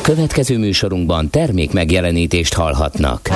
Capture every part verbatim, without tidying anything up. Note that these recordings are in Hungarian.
Következő műsorunkban termék megjelenítést hallhatnak.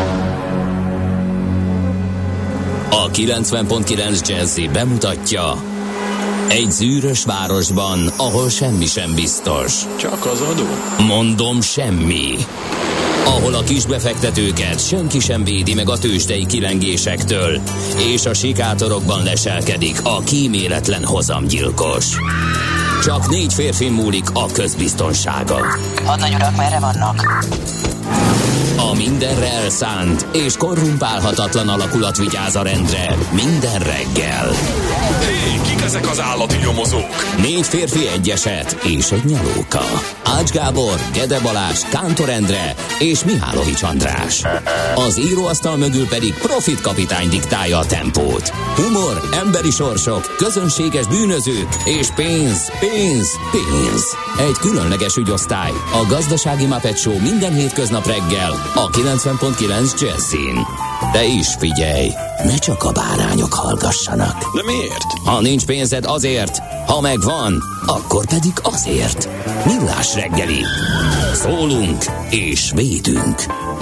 A kilencven pont kilenc Jazzy bemutatja: egy zűrös városban, ahol semmi sem biztos. Csak az adó? Mondom, semmi. Ahol a kisbefektetőket senki sem védi meg a tőzsdei kilengésektől, és a sikátorokban leselkedik a kíméletlen hozamgyilkos. Csak négy férfi múlik a közbiztonsága. Hadnagy urak, merre vannak? A mindenre elszánt és korrumpálhatatlan alakulat vigyáz a rendre minden reggel. Hé, kik ezek az állati nyomozók? Négy férfi, egy eset és egy nyalóka. Ács Gábor, Gede Balázs, Kántor Endre és Mihálovics András. Az íróasztal mögül pedig Profit kapitány diktálja a tempót. Humor, emberi sorsok, közönséges bűnözők és pénz, pénz, pénz. Egy különleges ügyosztály, a Gazdasági Muppet Show minden hétköznap reggel a kilencven pont kilenc Jazzin. De is figyelj, ne csak a bárányok hallgassanak. De miért? Ha nincs pénzed, azért, ha megvan, akkor pedig azért. Millás reggeli. Szólunk és védünk.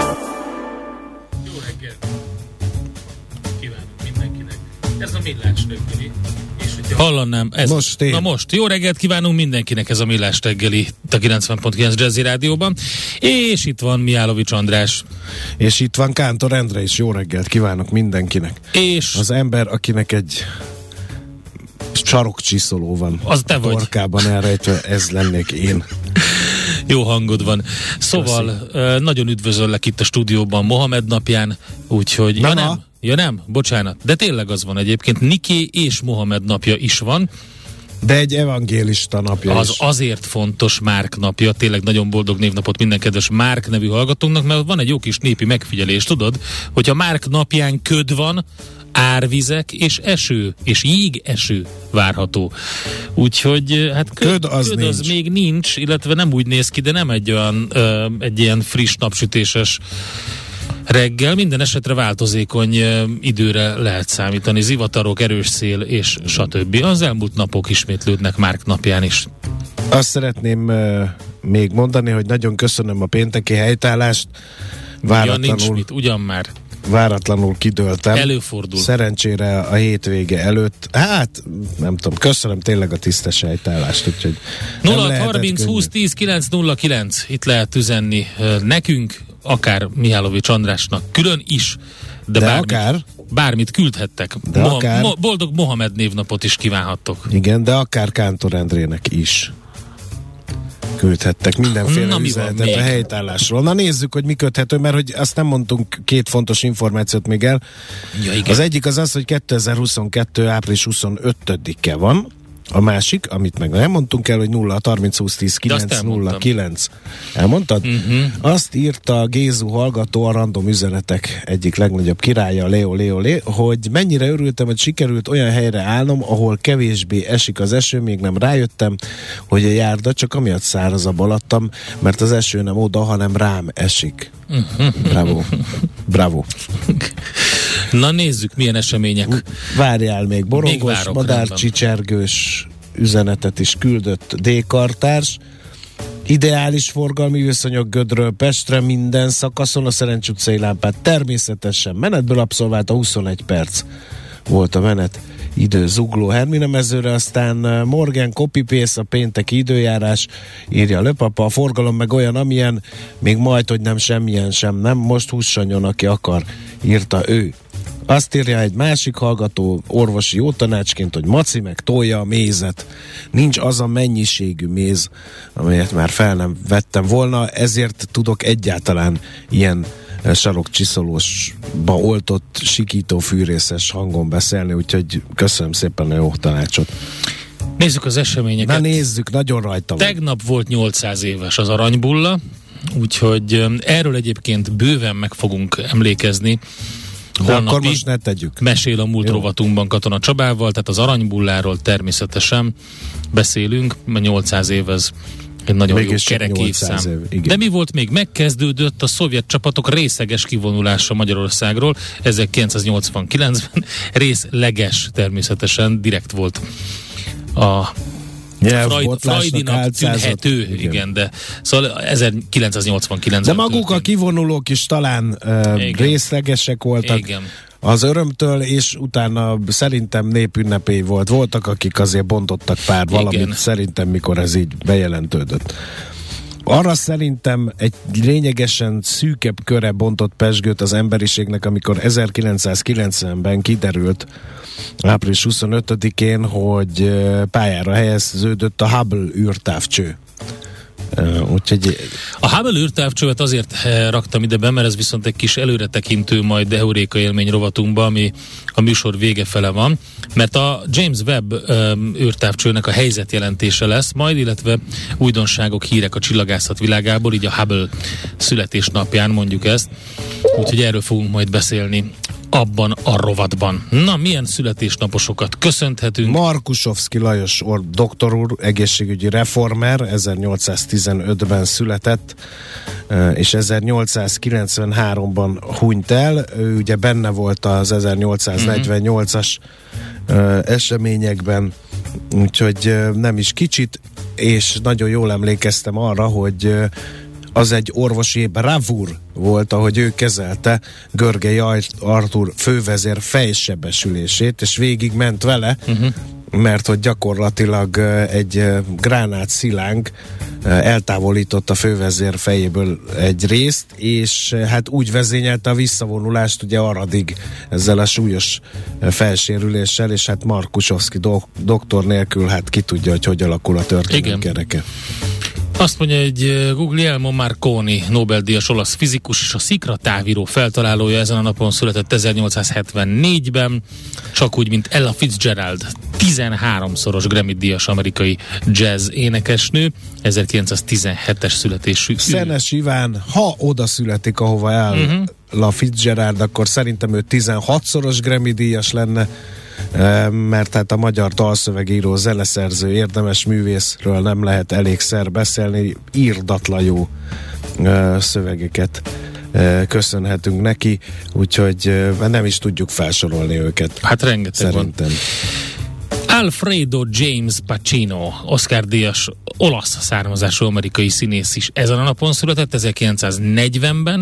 Jó reggelt kívánok mindenkinek. Ez a Millás reggeli. Hallanám, ez most na most, jó reggelt kívánunk mindenkinek, ez a Millás reggeli a kilencven pont kilenc Jazzy Rádióban, és itt van Mihálovics András. És itt van Kántor Endre is, jó reggelt kívánok mindenkinek. És az ember, akinek egy sarokcsiszoló van az te a torkában elrejtve, ez lennék én. Jó hangod van. Szóval Köszi. Nagyon üdvözöllek itt a stúdióban Mohamed napján, úgyhogy... Na, ja, na. nem? Ja nem? Bocsánat. De tényleg az van egyébként. Niké és Mohamed napja is van. De egy evangélista napja az is. Azért fontos Márk napja. Tényleg nagyon boldog névnapot minden kedves Márk nevű hallgatónknak, mert van egy jó kis népi megfigyelés, tudod, hogyha Márk napján köd van, árvizek és eső, és jégeső várható. Úgyhogy hát köd, köd, az, köd az még nincs, illetve nem úgy néz ki, de nem egy olyan ö, egy ilyen friss napsütéses reggel. Minden esetre változékony ö, időre lehet számítani. Zivatarok, erős szél és stb. Az elmúlt napok ismétlődnek Márk napján is. Azt szeretném uh, még mondani, hogy nagyon köszönöm a pénteki helytállást. Váratlanul, ugyan nincs mit, ugyan már. Váratlanul kidőltem. Előfordul. Szerencsére a hétvége előtt. Hát, nem tudom, köszönöm tényleg a tisztes helytállást, úgyhogy nulla harminc húsz tíz kilenc nulla kilenc itt lehet üzenni nekünk, akár Mihálovics Andrásnak külön is, de, de bármit, akár bármit küldhettek. De Mo- akár mo- boldog Mohamed névnapot is kívánhattok. Igen, de akár Kántor Endrének is küldhettek mindenféle üzenetet a helytállásról. Na nézzük, hogy mi köthető, mert hogy azt nem mondtunk, két fontos információt még el. Ja, igen. Az egyik az az, hogy kétezer-huszonkettő április huszonötödike van. A másik, amit meg nem mondtunk el, hogy nulla harminc húsz tíz kilenc nulla kilenc. Elmondtad? Uh-huh. Azt írta Gézu hallgató, a random üzenetek egyik legnagyobb királya, Leo Leo Lé, hogy mennyire örültem, hogy sikerült olyan helyre állnom, ahol kevésbé esik az eső, még nem rájöttem, hogy a járda csak amiatt szárazabb alattam, mert az eső nem oda, hanem rám esik. Uh-huh. Bravo. Bravo. Na nézzük, milyen események. Várjál még, borongos, még madárcsicsergős üzenetet is küldött D-kartárs. Ideális forgalmi viszonyok Gödről Pestre minden szakaszon, a Szerencs utcai lámpát természetesen menetből abszolvált, a huszonegy perc volt a menet idő Zugló Hermina mezőre, aztán Morgan copy-paste, a pénteki időjárás, írja Löpapa, a forgalom meg olyan, amilyen, még majd, hogy nem semmilyen sem, nem, most hússanjon, aki akar, írta ő. Azt írja egy másik hallgató orvosi jó tanácsként, hogy maci meg tolja a mézet. Nincs az a mennyiségű méz, amelyet már fel nem vettem volna, ezért tudok egyáltalán ilyen sarokcsiszolósba oltott, sikító, fűrészes hangon beszélni, úgyhogy köszönöm szépen a jó tanácsot. Nézzük az eseményeket. Na nézzük, nagyon rajta van. Tegnap volt nyolcszáz éves az aranybulla, úgyhogy erről egyébként bőven meg fogunk emlékezni. De akkor most ne tegyük. Mesél a múlt Jó. rovatunkban Katona Csabával, tehát az aranybulláról természetesen beszélünk, mert nyolcszáz év ez egy nagyon mégis jó kerek évszám. Év, de mi volt még? Megkezdődött a szovjet csapatok részeges kivonulása Magyarországról ezerkilencszáznyolcvankilencben. Részleges természetesen, direkt volt a Freud, Freudinak tűnhető, igen. igen, de szóval ezerkilencszáznyolcvankilencben de maguk történt. A kivonulók is talán uh, részlegesek voltak. Igen. Az örömtől, és utána szerintem népünnepély volt. Voltak, akik azért bontottak pár valamit, igen. Szerintem, mikor ez így bejelentődött. Arra szerintem egy lényegesen szűkebb köre bontott pezsgőt az emberiségnek, amikor ezerkilencszázkilencvenben kiderült április huszonötödikén, hogy pályára helyeződött a Hubble űrtávcső. Uh, úgyhogy... A Hubble űrtávcsövet azért raktam ide be, mert ez viszont egy kis előretekintő majd Euréka élmény rovatunkba, ami a műsor vége fele van, mert a James Webb um, űrtávcsőnek a helyzetjelentése lesz majd, illetve újdonságok, hírek a csillagászat világából, így a Hubble születésnapján mondjuk ezt, úgyhogy erről fogunk majd beszélni abban a rovatban. Na, milyen születésnaposokat köszönhetünk? Markusovszki Lajos or, doktor úr, egészségügyi reformer, ezernyolcszáztizenötben született, és ezernyolcszázkilencvenháromban hunyt el. Ő ugye benne volt az ezernyolcszáznegyvennyolcas uh, eseményekben, úgyhogy nem is kicsit, és nagyon jól emlékeztem arra, hogy az egy orvosi bravúr volt, ahogy ő kezelte Görgei Artúr fővezér fejsebesülését, és végig ment vele, uh-huh. mert hogy gyakorlatilag egy gránát szilánk eltávolított a fővezér fejéből egy részt, és hát úgy vezényelte a visszavonulást ugye Aradig ezzel a súlyos felsérüléssel, és hát Markusovszki do- doktor nélkül hát ki tudja, hogy hogy alakul a történet kereke. Azt mondja, hogy Guglielmo Marconi, Nobel-díjas olasz fizikus és a szikra távíró feltalálója ezen a napon született ezernyolcszázhetvennégyben, csak úgy, mint Ella Fitzgerald, tizenháromszoros Grammy-díjas amerikai jazz énekesnő, ezerkilencszáztizenhetes születésű. Szenes Iván, ha oda születik, ahova el uh-huh. La Fitzgerald, akkor szerintem ő tizenhatszoros Grammy-díjas lenne, mert hát a magyar dalszövegíró, zeneszerző, érdemes művészről nem lehet elégszer beszélni, írdatlan jó uh, szövegeket uh, köszönhetünk neki, úgyhogy uh, nem is tudjuk felsorolni őket. Hát rengeteg szerintem. Van. Alfredo James Pacino, Oscar-díjas olasz származású amerikai színész is ezen a napon született, ezerkilencszáznegyvenben,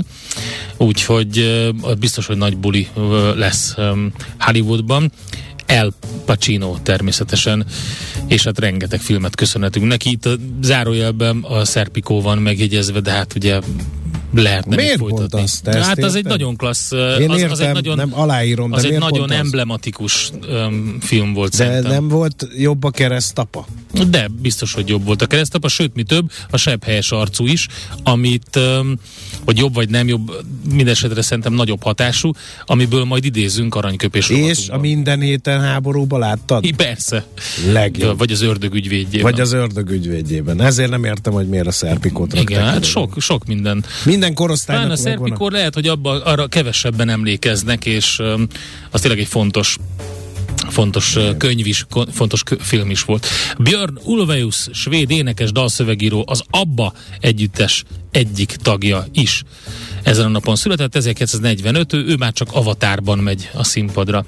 úgyhogy uh, biztos, hogy nagy buli uh, lesz um, Hollywoodban. Al Pacino természetesen, és hát rengeteg filmet köszönhetünk neki. Itt a zárójelben a Serpico van megjegyezve, de hát ugye lehetne miért folytatni. Azt, ezt hát az értem? egy nagyon klassz, Én az, értem, az egy nagyon, nem aláírom, az de egy nagyon pont emblematikus um, film volt de szerintem. nem volt jobb a keresztapa? De biztos, hogy jobb volt a keresztapa, sőt, mi több, a sebb helyes arcú is, amit, um, hogy jobb vagy nem jobb, mindesetre szerintem nagyobb hatású, amiből majd idézünk aranyköpés rovatunkban. És a minden héten háborúba láttad? I, persze. Legjobb. Vagy az ördög ügyvédjében. Vagy az ördög ügyvédjében. Ezért nem értem, hogy miért a Serpicót rakták. Igen, hát sok, sok minden. Minden korosztálynak Talán a Serpicó lehet, hogy abba, arra kevesebben emlékeznek, és um, az tényleg egy fontos fontos uh, könyv is, ko- fontos kö- film is volt. Björn Ulvaeus, svéd énekes, dalszövegíró, az ABBA együttes egyik tagja is. Ezen a napon született, ezerkilencszáznegyvenöt, ő, ő már csak Avatárban megy a színpadra.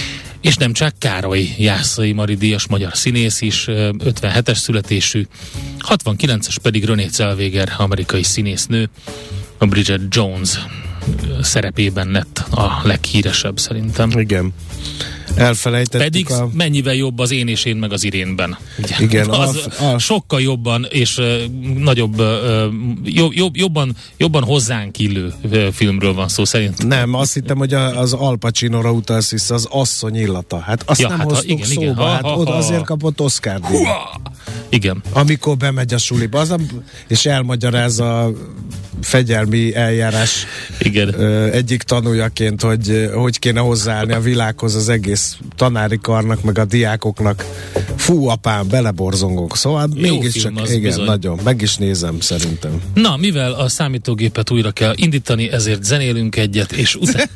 És nem csak Károly Jászai Mari díjas magyar színész is, ötvenhetes születésű, hatvankilences pedig Renée Zellweger, amerikai színésznő, a Bridget Jones szerepében lett a leghíresebb szerintem. Igen. Elfelejtettük Pedig a... mennyivel jobb az Én és én meg az Irénben. Ugye? Igen. Az A, a... sokkal jobban és uh, nagyobb, uh, jobb, jobb, jobban, jobban hozzánk illő uh, filmről van szó szerintem. Nem, azt hittem, hogy a, az Al Pacino-ra utalsz vissza, az asszony illata. Hát azt ja, nem hát, hoztuk igen, szóba, igen. Ha, hát ha, oda ha. Azért kapott Oscar-díjat. Igen. Amikor bemegy a suliba, az a, és elmagyarázza a fegyelmi eljárás igen. Ö, egyik tanújaként, hogy hogy kéne hozzáállni a világhoz az egész tanári karnak, meg a diákoknak. Fú, apám, beleborzongok. Szóval mégiscsak, igen, bizony. Nagyon. Meg is nézem szerintem. Na, mivel a számítógépet újra kell indítani, ezért zenélünk egyet, és utána,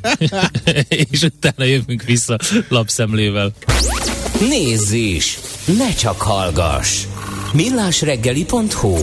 és utána jövünk vissza lapszemlével. Nézz is! Ne csak hallgass! millásreggeli pont hu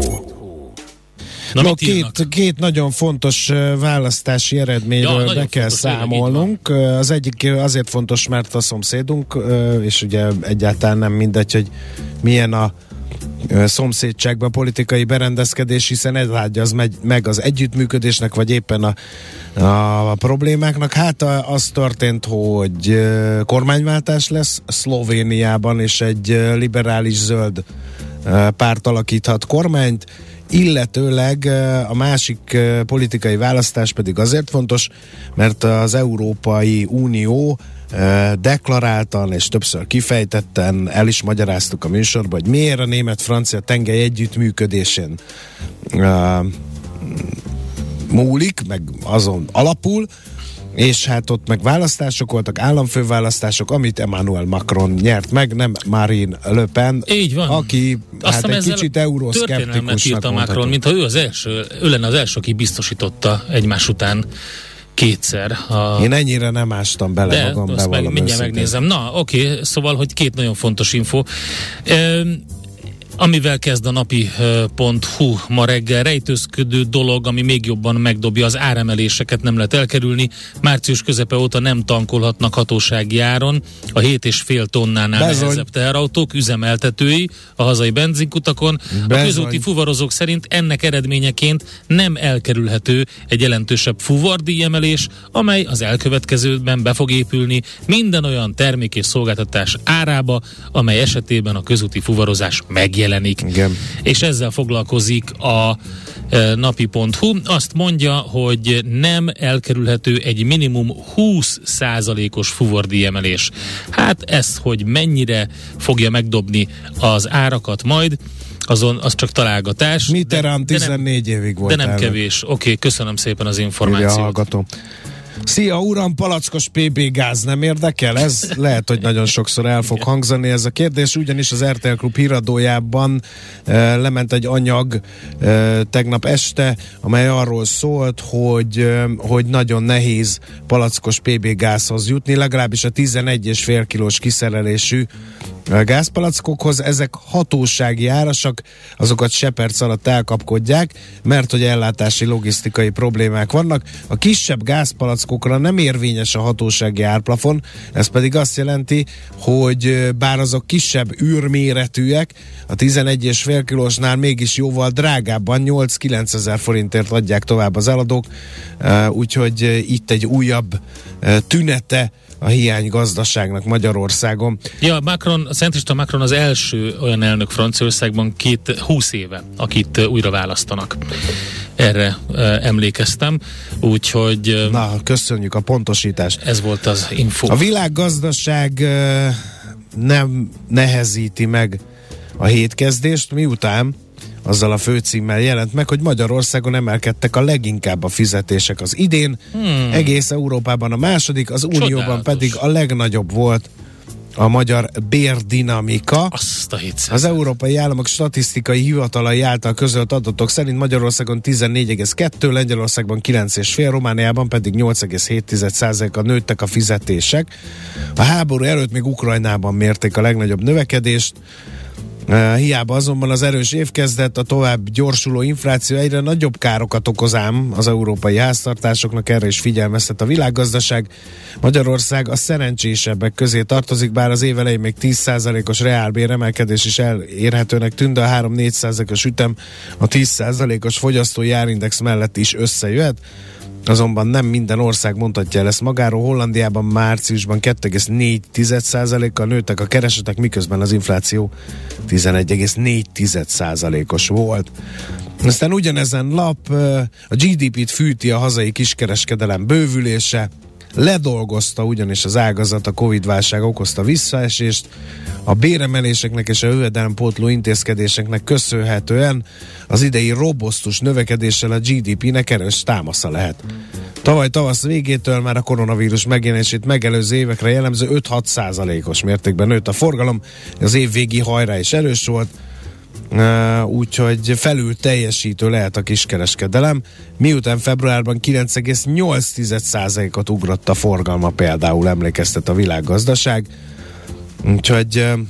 Na, no, két, két nagyon fontos uh, választási eredményről ja, be kell számolnunk. Uh, az egyik azért fontos, mert a szomszédunk, uh, és ugye egyáltalán nem mindegy, hogy milyen a szomszédságban politikai berendezkedés, hiszen ez áldja az megy, meg az együttműködésnek, vagy éppen a, a problémáknak. Hát az történt, hogy kormányváltás lesz Szlovéniában, és egy liberális zöld párt alakíthat kormányt, illetőleg a másik politikai választás pedig azért fontos, mert az Európai Unió deklaráltan és többször kifejtetten el is magyaráztuk a műsorban, hogy miért a német-francia tengely együttműködésén uh, múlik, meg azon alapul, és hát ott meg választások voltak, államfőválasztások, amit Emmanuel Macron nyert meg, nem Marine Le Pen, így van. Aki hát egy kicsit euroszkeptikusnak a Macron, mintha ő az első, ő lenne az első, aki biztosította egymás után kétszer. A... Én ennyire nem ástam bele De, magam, azt meg mindjárt őszintén. megnézem. Na, oké, okay, szóval, hogy két nagyon fontos info. Ehm, amivel kezd a napi pont hu ma reggel, rejtőzködő dolog, ami még jobban megdobja az áremeléseket, nem lehet elkerülni. Március közepe óta nem tankolhatnak hatósági áron a hét és fél tonnánál Bezony. nehezebb teherautók üzemeltetői a hazai benzinkutakon. Bezony. A közúti fuvarozók szerint ennek eredményeként nem elkerülhető egy jelentősebb fuvardíjemelés, amely az elkövetkezőben be fog épülni minden olyan termék és szolgáltatás árába, amely esetében a közúti fuvarozás megjelenik. Igen. És ezzel foglalkozik a e, napi pont hu. Azt mondja, hogy nem elkerülhető egy minimum húsz százalékos fuvardíjemelés. Hát ez, hogy mennyire fogja megdobni az árakat majd, azon az csak találgatás. Mitterrand de, de tizennégy nem, évig volt. De nem elő. Kevés. Oké, okay, köszönöm szépen az információt. Szia, uram, palackos pé bé gáz nem érdekel? Ez lehet, hogy nagyon sokszor el fog hangzani ez a kérdés, ugyanis az er té el Klub híradójában e, lement egy anyag e, tegnap este, amely arról szólt, hogy, e, hogy nagyon nehéz palackos pé bé gázhoz jutni, legalábbis a tizenegy és fél kilós kiszerelésű gázpalackokhoz. Ezek hatósági árasak, azokat se perc alatt elkapkodják, mert hogy ellátási logisztikai problémák vannak. A kisebb gázpalackokra nem érvényes a hatósági árplafon, ez pedig azt jelenti, hogy bár azok kisebb űrméretűek, a tizenegy és fél kilósnál mégis jóval drágábban, nyolc-kilenc ezer forintért adják tovább az eladók, úgyhogy itt egy újabb tünete a hiány gazdaságnak Magyarországon. Ja, Macron, a centrista Macron az első olyan elnök Franciaországban két húsz éve, akit újra választanak. Erre uh, emlékeztem, úgyhogy... Uh, Na, köszönjük a pontosítást. Ez volt az info. A világgazdaság uh, nem nehezíti meg a hétkezdést, miután azzal a főcímmel jelent meg, hogy Magyarországon emelkedtek a leginkább a fizetések az idén, hmm. egész Európában a második, az Unióban Csodálatos. Pedig a legnagyobb volt a magyar bérdinamika. Azt a hitszem. Az Európai Államok Statisztikai Hivatalai által közölt adatok szerint Magyarországon tizennégy egész kettő, Lengyelországban kilenc egész öt, Romániában pedig nyolc egész hét százalékkal nőttek a fizetések. A háború előtt még Ukrajnában mérték a legnagyobb növekedést. Uh, hiába azonban az erős évkezdet, a tovább gyorsuló infláció egyre nagyobb károkat okoz ám az európai háztartásoknak, erre is figyelmeztet a világgazdaság. Magyarország a szerencsésebbek közé tartozik, bár az év elején még tíz százalékos reálbér emelkedés is elérhetőnek tűnt, de a három-négy százalékos ütem a tíz százalékos fogyasztói árindex mellett is összejöhet. Azonban nem minden ország mondhatja el ezt magáról. Hollandiában márciusban kettő egész négy százalékkal nőttek a keresetek, miközben az infláció tizenegy egész négy százalékos volt. Aztán ugyanezen lap a gé dé pét fűti a hazai kiskereskedelem bővülése, ledolgozta ugyanis az ágazat a Covid-válság okozta visszaesést, a béremeléseknek és a jövedelempótló intézkedéseknek köszönhetően az idei robosztus növekedéssel a gé dé pének erős támasza lehet. Tavaly tavasz végétől már a koronavírus megjelenését megelőző évekre jellemző öt-hat százalékos mértékben nőtt a forgalom, az év végi hajrá is erős volt, Uh, úgyhogy felül teljesítő lehet a kiskereskedelem, miután februárban kilenc egész nyolc százalékot ugrott a forgalma, például emlékeztet a világgazdaság. Úgyhogy uh,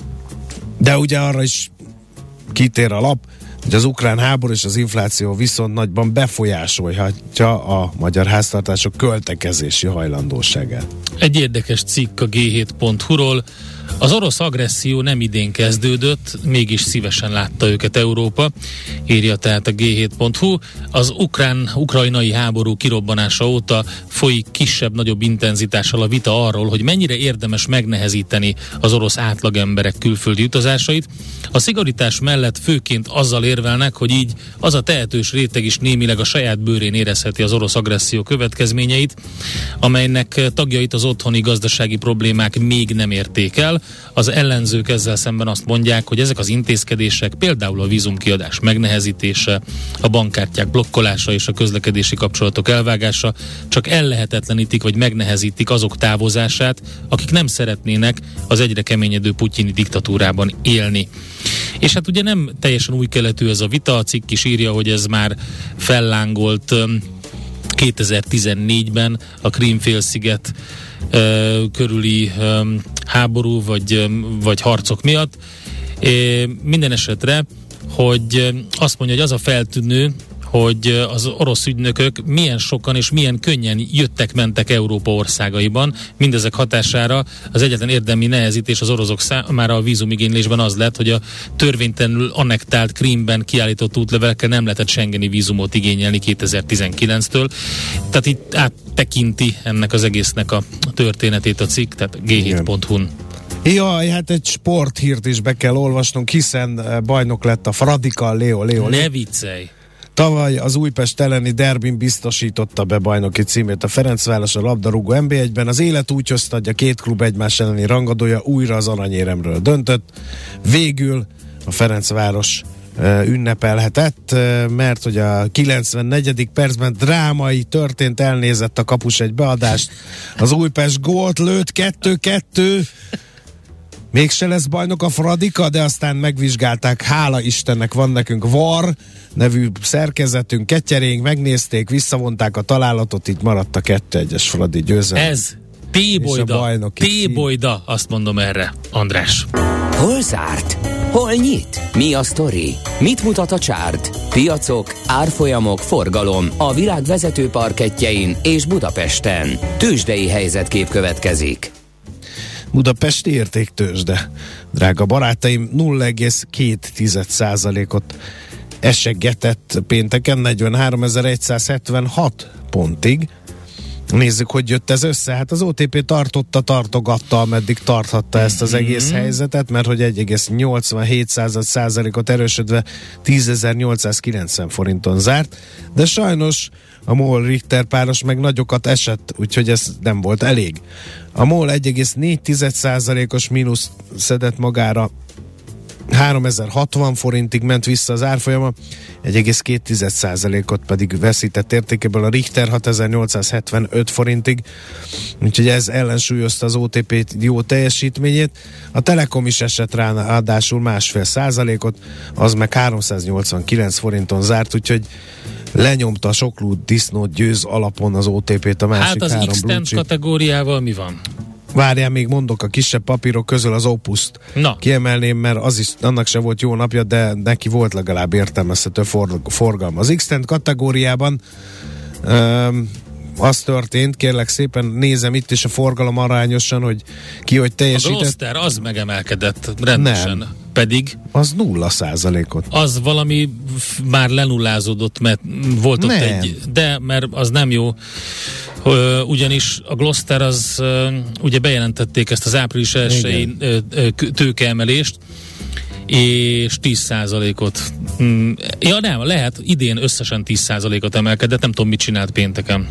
de ugye arra is kitér a lap, hogy az ukrán háború és az infláció viszont nagyban befolyásolhatja a magyar háztartások költekezési hajlandóságát. Egy érdekes cikk a gé hét pont hu-ról. Az orosz agresszió nem idén kezdődött, mégis szívesen látta őket Európa, írja tehát a gé hét pont hú. Az ukrán-ukrajnai háború kirobbanása óta folyik kisebb-nagyobb intenzitással a vita arról, hogy mennyire érdemes megnehezíteni az orosz átlagemberek külföldi utazásait. A szigorítás mellett főként azzal érvelnek, hogy így az a tehetős réteg is némileg a saját bőrén érezheti az orosz agresszió következményeit, amelynek tagjait az otthoni gazdasági problémák még nem érték el. Az ellenzők ezzel szemben azt mondják, hogy ezek az intézkedések, például a vízumkiadás megnehezítése, a bankkártyák blokkolása és a közlekedési kapcsolatok elvágása csak ellehetetlenítik vagy megnehezítik azok távozását, akik nem szeretnének az egyre keményedő putyini diktatúrában élni. És hát ugye nem teljesen új keletű ez a vita, a cikk is írja, hogy ez már fellángolt kétezer-tizennégyben a Krím-félsziget uh, körüli um, háború vagy, um, vagy harcok miatt. E, minden esetre, hogy um, azt mondja, hogy az a feltűnő, hogy az orosz ügynökök milyen sokan és milyen könnyen jöttek-mentek Európa országaiban. Mindezek hatására az egyetlen érdemi nehezítés az oroszok számára a vízumigénylésben az lett, hogy a törvénytelenül annektált Krímben kiállított útlevelekkel nem lehetett schengeni vízumot igényelni kétezer-tizenkilenctől. Tehát itt áttekinti ennek az egésznek a történetét a cikk, tehát gé hét pont hú-n. Jaj, hát egy sporthírt is be kell olvasnunk, hiszen bajnok lett a Fradica, Leo, Leo. Ne viccelj! Tavaly az Újpest elleni derbin biztosította be bajnoki címét a Ferencváros a labdarúgó en bé egyben. Az élet úgy hozta, hogy a két klub egymás elleni rangadója újra az aranyéremről döntött. Végül a Ferencváros uh, ünnepelhetett, uh, mert hogy a kilencvennegyedik percben drámai történt, elnézett a kapus egy beadást. Az Újpest gólt lőtt, kettő kettő. Mégse lesz bajnok a Fradica, de aztán megvizsgálták, hála Istennek van nekünk VAR nevű szerkezetünk, ketyerénk, megnézték, visszavonták a találatot, így maradt a kettő egyes Fradi győzelem. Ez T-bolyda, T-bolyda, azt mondom erre, András. Hol zárt? Hol nyit? Mi a sztori? Mit mutat a csárt? Piacok, árfolyamok, forgalom a világ vezető parkettjein és Budapesten. Tőzsdei helyzetkép következik. Budapesti értéktőzsde, drága barátaim, nulla egész két százalékot esegetett pénteken, negyvenháromezer-egyszázhetvenhat pontig. Nézzük, hogy jött ez össze. Hát az o té pé tartotta, tartogatta, ameddig tarthatta ezt az egész mm-hmm. helyzetet, mert hogy egy egész nyolcvanhét százalékot erősödve tízezer-nyolcszázkilencven forinton zárt, de sajnos a MOL Richter páros meg nagyokat esett, úgyhogy ez nem volt elég. A MOL egy egész négy százalékos mínusz szedett magára, háromezer-hatvan forintig ment vissza az árfolyama, egy egész két százalékot pedig veszített értékéből a Richter hatezer-nyolcszázhetvenöt forintig, úgyhogy ez ellensúlyozta az o té pé jó teljesítményét. A Telekom is esett rá ráadásul másfél százalékot, az meg háromszáznyolcvankilenc forinton zárt, úgyhogy lenyomta a soklú disznót győz alapon az o té pét a másik hát az három X-Tent kategóriával mi van? Várjál, még mondok, a kisebb papírok közül az Opuszt Na. kiemelném, mert az is, annak se volt jó napja, de neki volt legalább értelmezhető for, forgalma. Az X-Tent kategóriában um, az történt, kérlek szépen, nézem itt is a forgalom arányosan, hogy ki hogy teljesített. A Gloster az megemelkedett rendesen. Nem. Pedig az nulla százalékot. Az valami f- már lenullázódott, mert volt ott nem. egy, de mert az nem jó. Ö, ugyanis a Gloster az ö, ugye bejelentették ezt az április elsején tőkeemelést, és tíz százalékot. Mm, ja nem, lehet, idén összesen tíz százalékot emelkedett, nem tudom, mit csinált pénteken.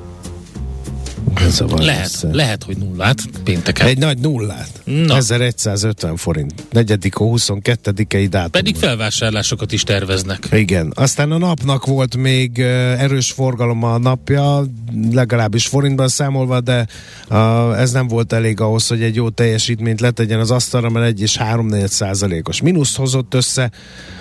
Lehet, lehet, hogy nullát pénteken. Egy nagy nullát. Na. ezeregyszázötven forint. negyedik huszonkettedikei dátum. Pedig felvásárlásokat is terveznek. Igen. Aztán a napnak volt még uh, erős forgalom a napja, legalábbis forintban számolva, de uh, ez nem volt elég ahhoz, hogy egy jó teljesítményt letegyen az asztalra, mert egy és háromnegyed százalékos mínuszt hozott össze.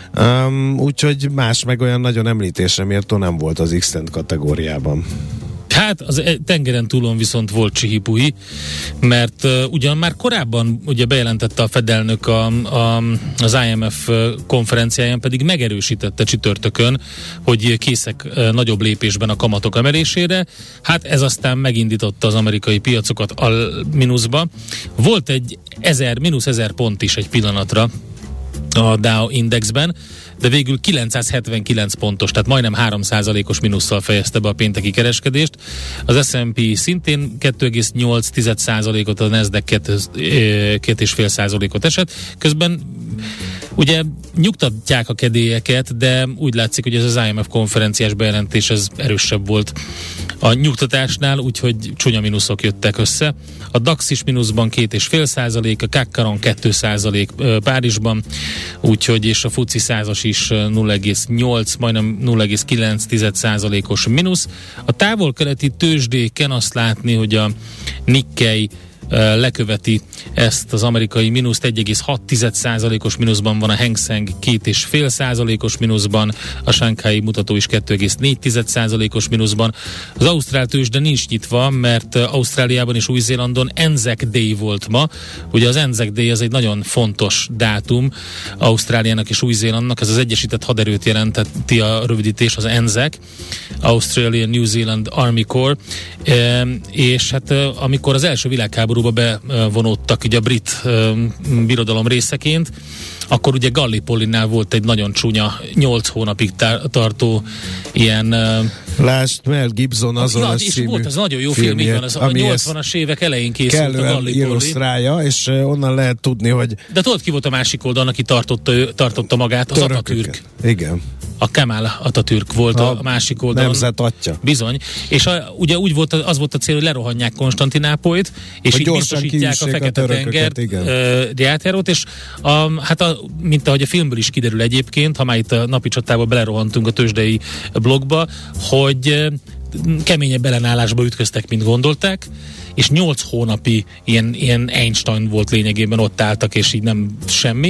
Um, úgyhogy más meg olyan nagyon említésre méltó nem volt az X-Tent kategóriában. Hát az tengeren túlon viszont volt csihipuhi, mert uh, ugyan már korábban ugye bejelentette a Fed elnök a, a, az I M F konferenciáján, pedig megerősítette csütörtökön, hogy készek uh, nagyobb lépésben a kamatok emelésére. Hát ez aztán megindította az amerikai piacokat a mínuszba. Volt egy ezer, mínusz ezer pont is egy pillanatra a Dow Indexben, de végül kilencszázhetvenkilenc pontos, tehát majdnem három százalékos mínusszal fejezte be a pénteki kereskedést. Az S and P szintén kettő egész nyolc százalékot, a Nasdaq két egész öt százalékot esett. Közben ugye nyugtatják a kedélyeket, de úgy látszik, hogy ez az I M F konferenciás bejelentés ez erősebb volt a nyugtatásnál, úgyhogy csúnya mínuszok jöttek össze. A DAX is mínuszban két egész öt százalék, a Kakkaron két százalék Párizsban, úgyhogy és a FTSE százas is nulla egész nyolc, majdnem nulla egész kilenc százalékos mínusz. A távol-keleti tőzsdéken azt látni, hogy a Nikkei leköveti ezt az amerikai mínuszt, egy egész hat százalékos mínuszban van a Hang Seng, két egész öt százalékos mínuszban, a Shanghai mutató is kettő egész négy százalékos mínuszban. Az ausztrál tőzsde nincs nyitva, mert Ausztráliában és Új-Zélandon Anzac Day volt ma. Ugye az Anzac Day az egy nagyon fontos dátum Ausztráliának és Új-Zélandnak, ez az Egyesített Haderőt jelenteti a rövidítés, az Anzac, Australian New Zealand Army Corps, e, és hát amikor az első világháború bevonódtak ugye a brit uh, birodalom részeként, akkor ugye Gallipolinál volt egy nagyon csúnya nyolc hónapig tar- tartó ilyen uh, lásd, Mel Gibson azon ja, a és volt az nagyon jó film, így van, az a nyolcvanas évek elején készült a Gallipoli. Illusztrálja, és uh, onnan lehet tudni, hogy de tudod, ki volt a másik oldalon, aki tartotta, tartotta magát? Az Atatürk. Igen. A Kemal Atatürk volt a, a másik oldalon. Nemzet atya. Bizony. És a, ugye úgy volt, az volt a cél, hogy lerohanják Konstantinápolyt, és hogy így biztosítják a Fekete-tengert játjárót, és a, hát a, mint ahogy a filmből is kiderül egyébként, ha már itt a napi csatába belerohantunk a tőzsdei blogba, hogy keményebb ellenállásba ütköztek, mint gondolták, és nyolc hónapi ilyen, ilyen Einstein volt lényegében, ott álltak, és így nem semmi.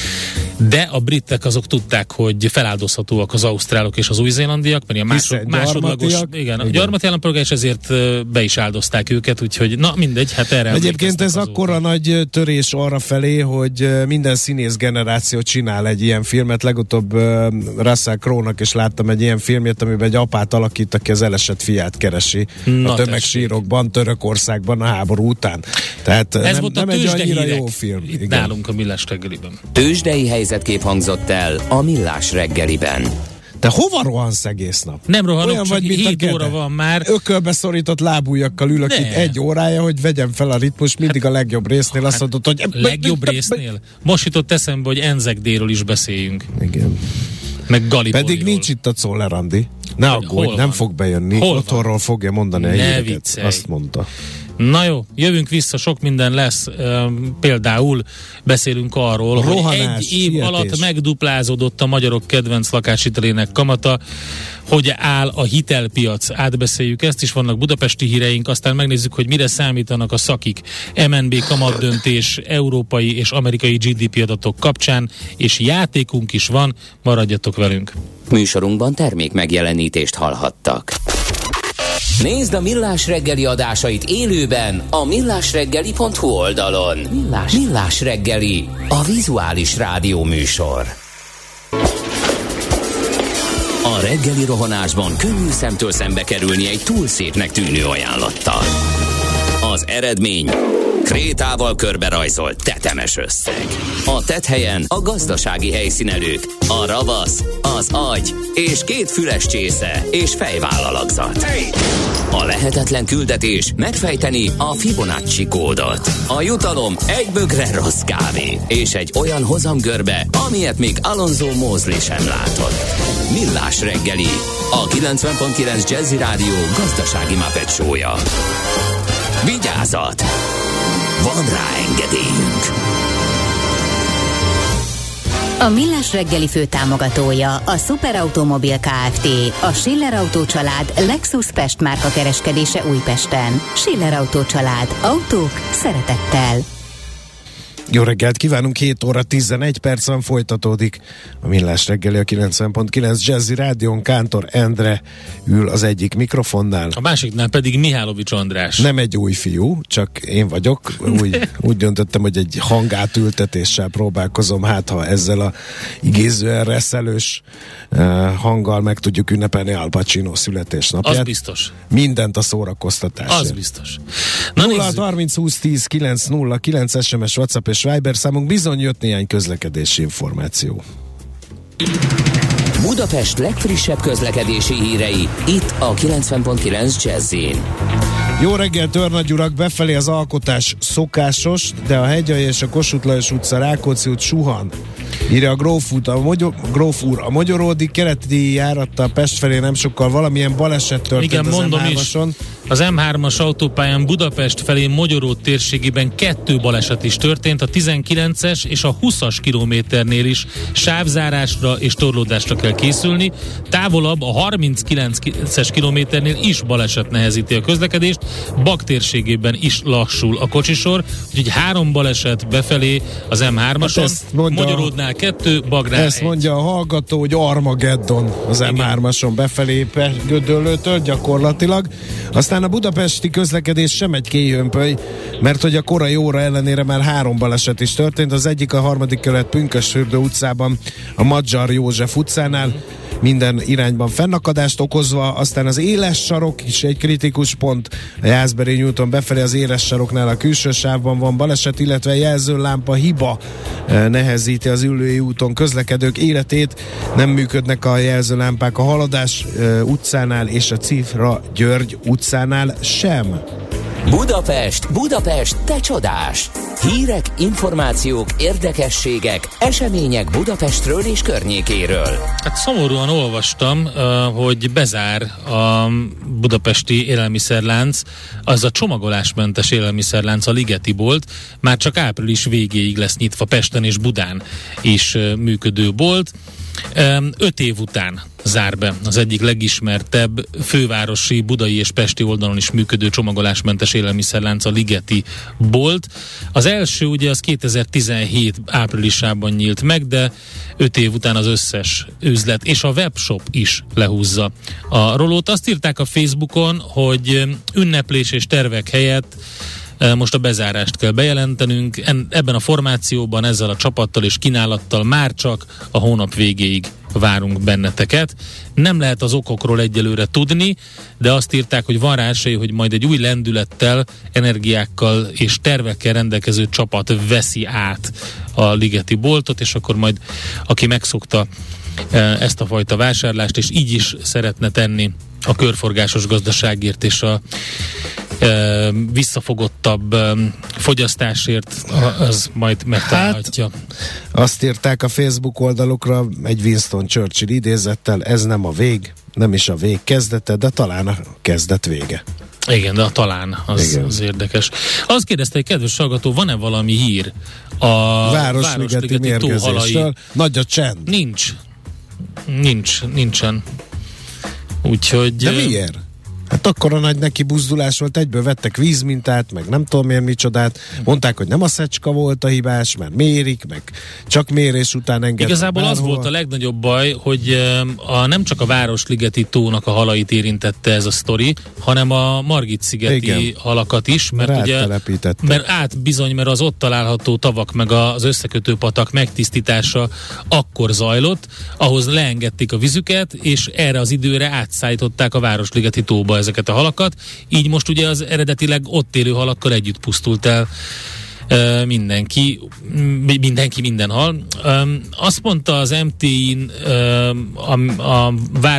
De a britek azok tudták, hogy feláldozhatóak az ausztrálok és az új-zélandiak, mert ilyen másod, másodlagos, igen, igen. A gyarmati állampolgár, és ezért be is áldozták őket, úgyhogy na mindegy, hát erre egyébként ez akkora nagy törés arra felé, hogy minden színész generáció csinál egy ilyen filmet. Legutóbb uh, Russell Crowe-nak is láttam egy ilyen filmjét, amiben egy apát alakít, aki az elesett fiát keresi na, a tömegsírokban, Törökországban a háború után. Tehát ez nem, volt nem a egy annyira hírek. jó film. Itt igen. nálunk a Millás reggeliben. Tőzsdei helyzetkép hangzott el a Millás reggeliben. Te hova rohansz egész nap? Nem rohanok, olyan csak vagy, mint hét óra van már. Ökölbe szorított lábújakkal ülök ne. itt egy órája, hogy vegyem fel a ritmus, mindig hát, a legjobb résznél hát, azt mondod, hogy... Legjobb résznél? Most jutott eszembe, hogy Anzac Day-ről is beszéljünk. Igen. Meg Gallipoliról. Pedig nincs itt a Czoller Andi. Ne aggódj, nem fog bejönni. Hol Otthonról van? Fogja mondani a híreket. Azt mondta. Na jó, jövünk vissza, sok minden lesz. Üm, például beszélünk arról, Rohanás, hogy egy év sietés. alatt megduplázódott a magyarok kedvenc lakáshitelének kamata, hogy áll a hitelpiac. Átbeszéljük ezt is, vannak budapesti híreink, aztán megnézzük, hogy mire számítanak a szakik. em en bé kamatdöntés európai és amerikai gé dé pé adatok kapcsán, és játékunk is van, maradjatok velünk. Műsorunkban termék megjelenítést hallhattak. Nézd a Millás reggeli adásait élőben a millásreggeli pont hu oldalon. Millás, Millás reggeli, a vizuális rádió műsor. A reggeli rohanásban könnyű szemtől szembe kerülni egy túl szépnek tűnő ajánlattal. Az eredmény krétával körberajzolt tetemes összeg. A tetthelyen a gazdasági helyszínelők, a ravasz, az agy és két füles csésze és fejvállalakzat. A lehetetlen küldetés megfejteni a Fibonacci kódot. A jutalom egy bögre rossz kávé és egy olyan hozamgörbe, amilyet még Alonso Mosley sem látott. Millás reggeli, a kilencven pont kilenc Jazzy Rádió gazdasági Muppet show-ja. Vigyázat! Van rá engedélyünk! A Millás reggeli főtámogatója a Superautomobil Kft. A Schiller Autó család Lexus Pest márka kereskedése Újpesten. Schiller Autó család. Autók szeretettel. Jó reggelt kívánunk, hét óra tizenegy percen folytatódik a Millás reggeli, a kilencven pont kilenc Jazzy Rádión. Kántor Endre ül az egyik mikrofonnál. A másiknál pedig Mihálovics András. Nem egy új fiú, csak én vagyok. Úgy, úgy döntöttem, hogy egy hangátültetéssel próbálkozom, hát ha ezzel a igézően reszelős uh, hanggal meg tudjuk ünnepelni Al Pacino születésnapját. Az biztos. Mindent a szórakoztatásért. Az biztos. Na nulla harminc húsz tíz kilenc nulla kilenc es em es, WhatsApp és Viber számunk, bizony jött néhány közlekedési információ. Budapest legfrissebb közlekedési hírei, itt a kilencven pont kilenc Jazz-in. Jó reggel, Törnagy urak, befelé az alkotás szokásos, de a Hegyalja és a Kossuth Lajos utca, Rákóczi út suhan. Írja a Gróf, út, a Mogyor, Gróf úr, a Magyaródi keleti járattal Pest felé nem sokkal valamilyen baleset történt. Igen, az mondom em hármason. is. Az em hármas autópályán Budapest felé Magyaród térségében kettő baleset is történt, a tizenkilences és a húszas kilométernél is sávzárásra és torlódásra kell készülni. Távolabb a harminckilences kilométernél is baleset nehezíti a közlekedést, Bag térségében is lassul a kocsisor, úgyhogy három baleset befelé az em hármason, hát Magyaródnál kettő, Bagnál Ezt egy. mondja a hallgató, hogy Armageddon az em hármason befelé Gödöllőtől gyakorlatilag. Aztán a budapesti közlekedés sem egy kéjönpöly, mert hogy a korai óra ellenére már három baleset is történt. Az egyik a harmadik kerület Pünkösdfürdő utcában, a Magyar József utcánál, minden irányban fennakadást okozva, aztán az éles sarok is egy kritikus pont, a Jászberény úton befelé az éles saroknál a külső sávban van baleset, illetve jelzőlámpa hiba nehezíti az Üllői úton közlekedők életét, nem működnek a jelzőlámpák a Haladás utcánál és a Cifra György utcánál sem. Budapest, Budapest, te csodás! Hírek, információk, érdekességek, események Budapestről és környékéről. Hát szomorúan olvastam, hogy bezár a budapesti élelmiszerlánc, az a csomagolásmentes élelmiszerlánc, a Ligeti bolt, már csak április végéig lesz nyitva Pesten és Budán is működő bolt. Öt év után zár be az egyik legismertebb fővárosi, budai és pesti oldalon is működő csomagolásmentes élelmiszerlánc, a Ligeti bolt. Az első ugye az kétezer-tizenhét áprilisában nyílt meg, de öt év után az összes üzlet és a webshop is lehúzza a rolót. Azt írták a Facebookon, hogy ünneplés és tervek helyett most a bezárást kell bejelentenünk. Ebben a formációban, ezzel a csapattal és kínálattal már csak a hónap végéig várunk benneteket. Nem lehet az okokról egyelőre tudni, de azt írták, hogy van rá esély, hogy majd egy új lendülettel, energiákkal és tervekkel rendelkező csapat veszi át a Ligeti boltot, és akkor majd aki megszokta ezt a fajta vásárlást, és így is szeretne tenni a körforgásos gazdaságért és a e, visszafogottabb e, fogyasztásért, az majd megtalálhatja. Hát, azt írták a Facebook oldalukra egy Winston Churchill idézettel, ez nem a vég, nem is a vég kezdete, de talán a kezdet vége. Igen, de a talán az, az érdekes. Azt kérdezte egy kedves hallgató, van-e valami hír a Városligeti mérgezésről? Nagy a csend. Nincs. Nincs, nincsen. Úgyhogy... De miért? Hát akkor a nagy neki buzdulás volt, egyből vettek vízmintát, meg nem tudom miért micsodát. Mondták, hogy nem a szecska volt a hibás, mert mérik, meg csak mérés után engednek. Igazából bárhova. Az volt a legnagyobb baj, hogy a, nem csak a Városligeti tónak a halait érintette ez a sztori, hanem a Margit-szigeti Igen. halakat is, mert, mert ugye mert át bizony, mert az ott található tavak meg az összekötő patak megtisztítása akkor zajlott, ahhoz leengedték a vizüket, és erre az időre átszállították a Városligeti tóba ezeket a halakat, így most ugye az eredetileg ott élő halakkal együtt pusztult el uh, mindenki, mindenki, minden hal. Um, azt mondta az em té i-n uh, a, a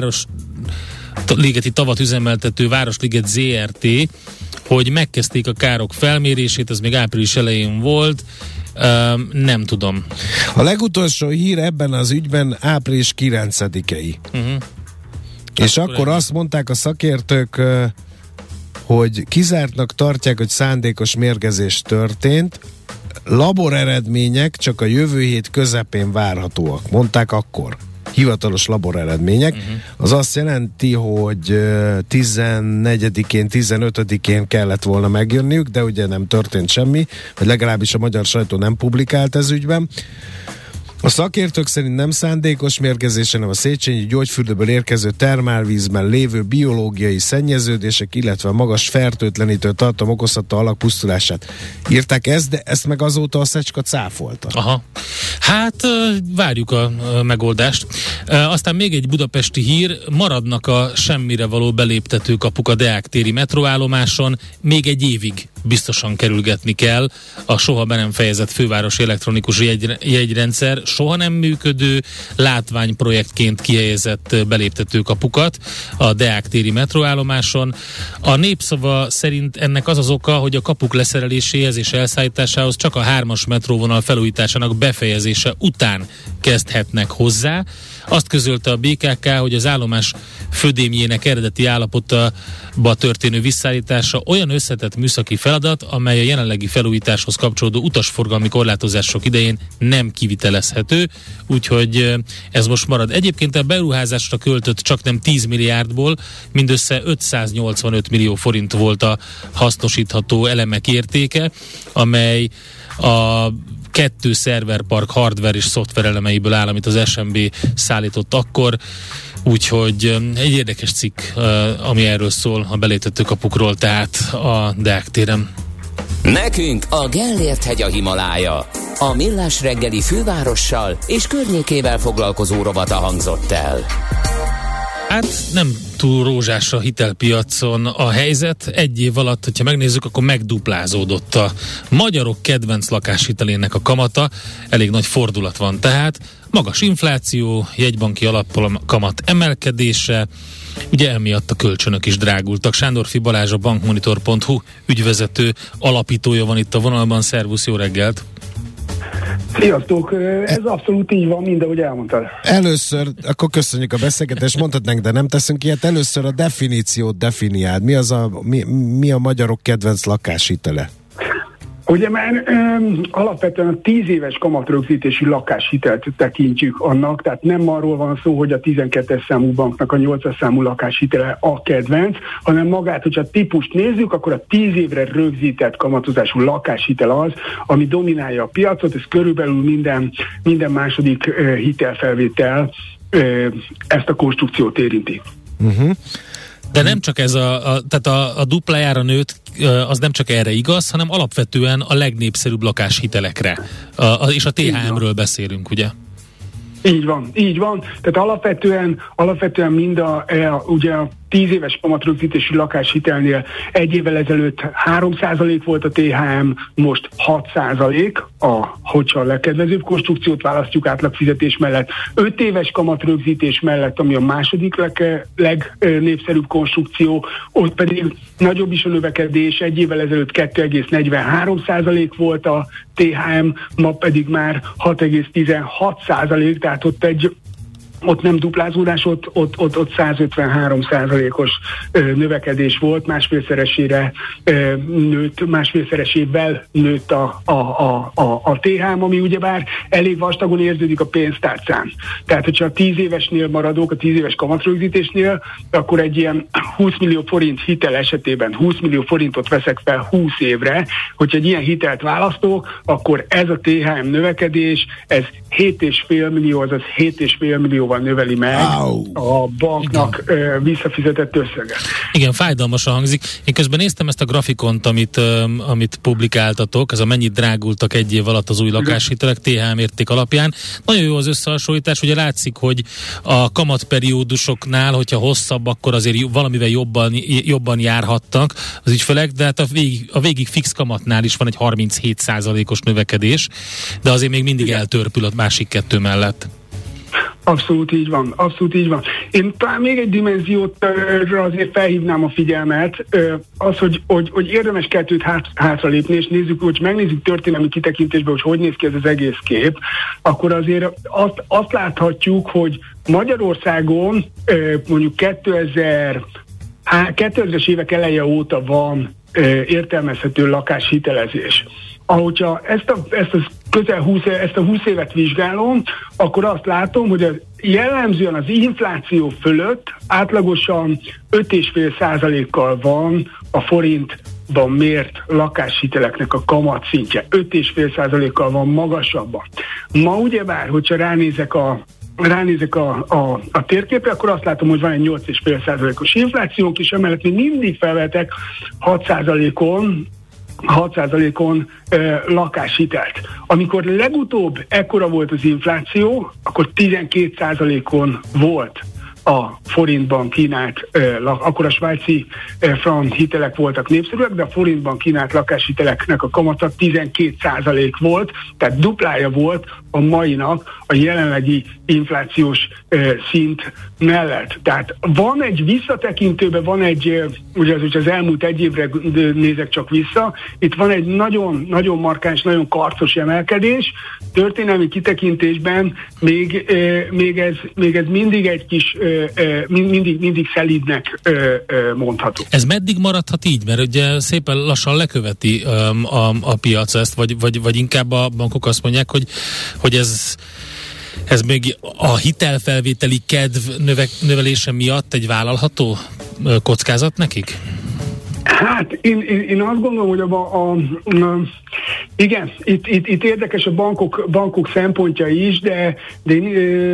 Városligeti tavat üzemeltető Városliget zé er té, hogy megkezdték a károk felmérését, ez még április elején volt, Um, nem tudom. A legutolsó hír ebben az ügyben április kilencedikei. Uh-huh. És akkor, akkor azt mondták a szakértők, hogy kizártnak tartják, hogy szándékos mérgezés történt, laboreredmények csak a jövő hét közepén várhatóak. Mondták akkor. hivatalos laboreredmények. Uh-huh. Az azt jelenti, hogy tizennegyedikén, tizenötödikén kellett volna megjönniük, de ugye nem történt semmi, vagy legalábbis a magyar sajtó nem publikált ez ügyben. A szakértők szerint nem szándékos mérgezés, hanem a Széchenyi gyógyfürdőből érkező termálvízben lévő biológiai szennyeződések, illetve magas fertőtlenítő tartalom okozhatta alakpusztulását. Írták ezt, de ezt meg azóta a Szecska cáfolta. Aha. Hát várjuk a megoldást. Aztán még egy budapesti hír, maradnak a semmire való beléptető kapuk a Deák téri metróállomáson, még egy évig biztosan kerülgetni kell a soha be nem fejezett fővárosi elektronikus jegy, jegyrendszer, soha nem működő látványprojektként kihelyezett beléptető kapukat a Deák téri metróállomáson. A Népszava szerint ennek az az oka, hogy a kapuk leszereléséhez és elszállításához csak a hármas metróvonal felújításának befejezése után kezdhetnek hozzá. Azt közölte a bé ká ká, hogy az állomás födémjének eredeti állapotba történő visszaállítása olyan összetett műszaki feladat, amely a jelenlegi felújításhoz kapcsolódó utasforgalmi korlátozások idején nem kivitelezhető, úgyhogy ez most marad. Egyébként a beruházásra költött csak nem tíz milliárdból, mindössze ötszáznyolcvanöt millió forint volt a hasznosítható elemek értéke, amely a kettő szerverpark hardware és szoftver elemeiből áll, amit az es em bé szállított akkor, úgyhogy egy érdekes cikk, ami erről szól, a beléptető kapukról, tehát a Deák téren. Nekünk a Gellért hegy a Himalája. A Millás reggeli fővárossal és környékével foglalkozó rovata hangzott el. Hát nem túl rózsás a hitelpiacon a helyzet. Egy év alatt, hogyha megnézzük, akkor megduplázódott a magyarok kedvenc lakáshitelének a kamata. Elég nagy fordulat van tehát. Magas infláció, jegybanki alapkamat emelkedése, ugye emiatt a kölcsönök is drágultak. Sándorfi Balázs, a bankmonitor pont hu ügyvezető alapítója van itt a vonalban. Szervusz, jó reggelt! Sziasztok! Ez abszolút így van, mind ahogy elmondtad. Először, akkor köszönjük a beszélgetést, mondhatnánk, de nem teszünk ilyet. Először a definíciót definiáld. Mi, az a, mi, mi a magyarok kedvenc lakáshitele? Ugye már um, alapvetően a tíz éves kamatrögzítési lakáshitelt tekintjük annak, tehát nem arról van szó, hogy a tizenkettes számú banknak a nyolcas számú lakáshitele a kedvenc, hanem magát, hogyha a típust nézzük, akkor a tíz évre rögzített kamatozású lakáshitel az, ami dominálja a piacot, ez körülbelül minden, minden második uh, hitelfelvétel uh, ezt a konstrukciót érinti. Uh-huh. De nem csak ez a, a tehát a, a duplájára nőtt, az nem csak erre igaz, hanem alapvetően a legnépszerűbb lakáshitelekre. A, a, és a té há emről beszélünk, ugye? Így van, így van. Tehát alapvetően, alapvetően mind a, a ugye a tíz éves kamatrögzítési lakáshitelnél egy évvel ezelőtt három százalék volt a té há em, most hat százalék, a, hogyha a legkedvezőbb konstrukciót választjuk átlagfizetés mellett. öt éves kamatrögzítés mellett, ami a második leg, legnépszerűbb konstrukció, ott pedig nagyobb is a növekedés, egy évvel ezelőtt kettő egész negyvenhárom százalék volt a té há em, ma pedig már hat egész tizenhat százalék, tehát ott egy ott nem duplázódás, ott, ott, ott, ott százötvenhárom százalékos ö, növekedés volt, másfélszeresére ö, nőtt, másfélszeresével nőtt a, a, a, a, a té há em, ami ugyebár elég vastagon érződik a pénztárcán. Tehát, hogyha a tíz évesnél maradók, a tíz éves kamatrögzítésnél, akkor egy ilyen húsz millió forint hitel esetében húsz millió forintot veszek fel húsz évre, hogyha egy ilyen hitelt választok, akkor ez a té há em növekedés, ez hét egész öt millió, azaz hét egész öt millióval növeli meg wow. a banknak ö, visszafizetett összeget. Igen, fájdalmasan hangzik. Én közben néztem ezt a grafikont, amit, ö, amit publikáltatok, ez a mennyit drágultak egy év alatt az új lakáshitelek té há em érték alapján. Nagyon jó az összehasonlítás, ugye látszik, hogy a kamatperiódusoknál, hogyha hosszabb, akkor azért valamivel jobban, jobban járhattak az ügyfelek, de hát a végig, a végig fix kamatnál is van egy harminchét százalékos növekedés, de azért még mindig Igen. eltörpül a másik kettő mellett. Abszolút így van, abszolút így van. Én talán még egy dimenziót azért felhívnám a figyelmet, az, hogy, hogy, hogy érdemes kettőt hát, hátralépni, és nézzük, hogy megnézzük történelmi kitekintésben, hogy hogy néz ki ez az egész kép, akkor azért azt, azt láthatjuk, hogy Magyarországon mondjuk kétezres évek eleje óta van értelmezhető lakáshitelezés. Ahogyha ezt a, ezt a közel húsz, ezt a húsz évet vizsgálom, akkor azt látom, hogy az jellemzően az infláció fölött átlagosan öt egész öt százalékkal van a forintban mért lakáshiteleknek a kamatszintje. öt egész öt százalékkal van magasabban. Ma ugyebár, hogyha ránézek a ránézek a, a, a térképre, akkor azt látom, hogy van egy nyolc egész öt százalékos inflációnk, és emellett még mindig felvetek hat százalékon hat százalékon e, lakáshitelt. Amikor legutóbb ekkora volt az infláció, akkor tizenkét százalékon volt a forintban kínált, eh, akkor a svájci eh, frank hitelek voltak népszerűek, de a forintban kínált lakáshiteleknek a kamata tizenkét százalék volt, tehát duplája volt a mainak a jelenlegi inflációs eh, szint mellett. Tehát van egy visszatekintőben, van egy, eh, ugye az, hogy az elmúlt egy évre nézek csak vissza, itt van egy nagyon, nagyon markáns, nagyon karcos emelkedés, történelmi kitekintésben még, eh, még, ez, még ez mindig egy kis eh, mindig, mindig szelídnek mondható. Ez meddig maradhat így? Mert ugye szépen lassan leköveti a, a piac ezt, vagy, vagy, vagy inkább a bankok azt mondják, hogy, hogy ez, ez még a hitelfelvételi kedv növe, növelése miatt egy vállalható kockázat nekik? Hát én, én, én azt gondolom, hogy a, a, a igen, itt, itt, itt érdekes a bankok, bankok szempontja is, de, de én,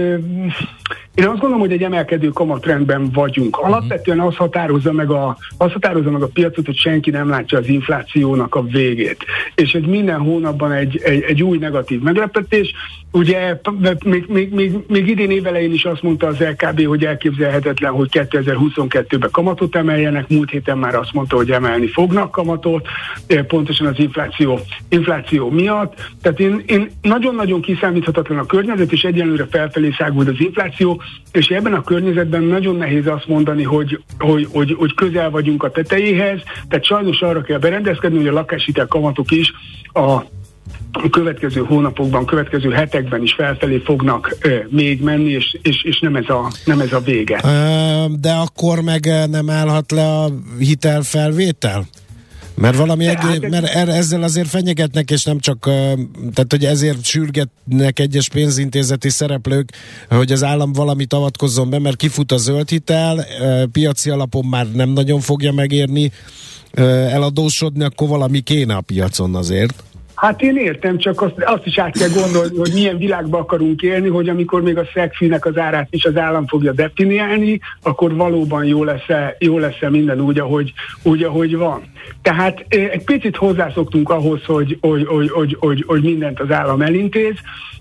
én azt gondolom, hogy egy emelkedő kamatrendben vagyunk. Alapvetően az határozza meg a, az határozza meg a piacot, hogy senki nem látja az inflációnak a végét. És ez minden hónapban egy, egy, egy új negatív meglepetés. Ugye még, még, még, még idén évelején is azt mondta az el ká bé, hogy elképzelhetetlen, hogy kétezer-huszonkettőben kamatot emeljenek, múlt héten már azt mondta, hogy emelni fognak kamatot, pontosan az infláció, infláció miatt. Tehát én, én nagyon-nagyon kiszámíthatatlan a környezet, és egyenlőre felfelé száguld az infláció, és ebben a környezetben nagyon nehéz azt mondani, hogy, hogy, hogy, hogy közel vagyunk a tetejéhez, tehát sajnos arra kell berendezkedni, hogy a lakáshitel kamatok is a a következő hónapokban, következő hetekben is felfelé fognak ö, még menni, és, és, és nem, ez a, nem ez a vége. De akkor meg nem állhat le a hitelfelvétel? Mert valami egész, hát, mert ezzel azért fenyegetnek, és nem csak, tehát hogy ezért sürgetnek egyes pénzintézeti szereplők, hogy az állam valamit avatkozzon be, mert kifut a zöld hitel, piaci alapon már nem nagyon fogja megérni eladósodni, akkor valami kéne a piacon azért. Hát én értem, csak azt, azt is át kell gondolni, hogy milyen világban akarunk élni, hogy amikor még a szegfűnek az árát is az állam fogja definiálni, akkor valóban jó lesz-e, jó lesz-e minden úgy, ahogy, úgy, ahogy van. Tehát egy picit hozzászoktunk ahhoz, hogy, hogy, hogy, hogy, hogy, hogy mindent az állam elintéz.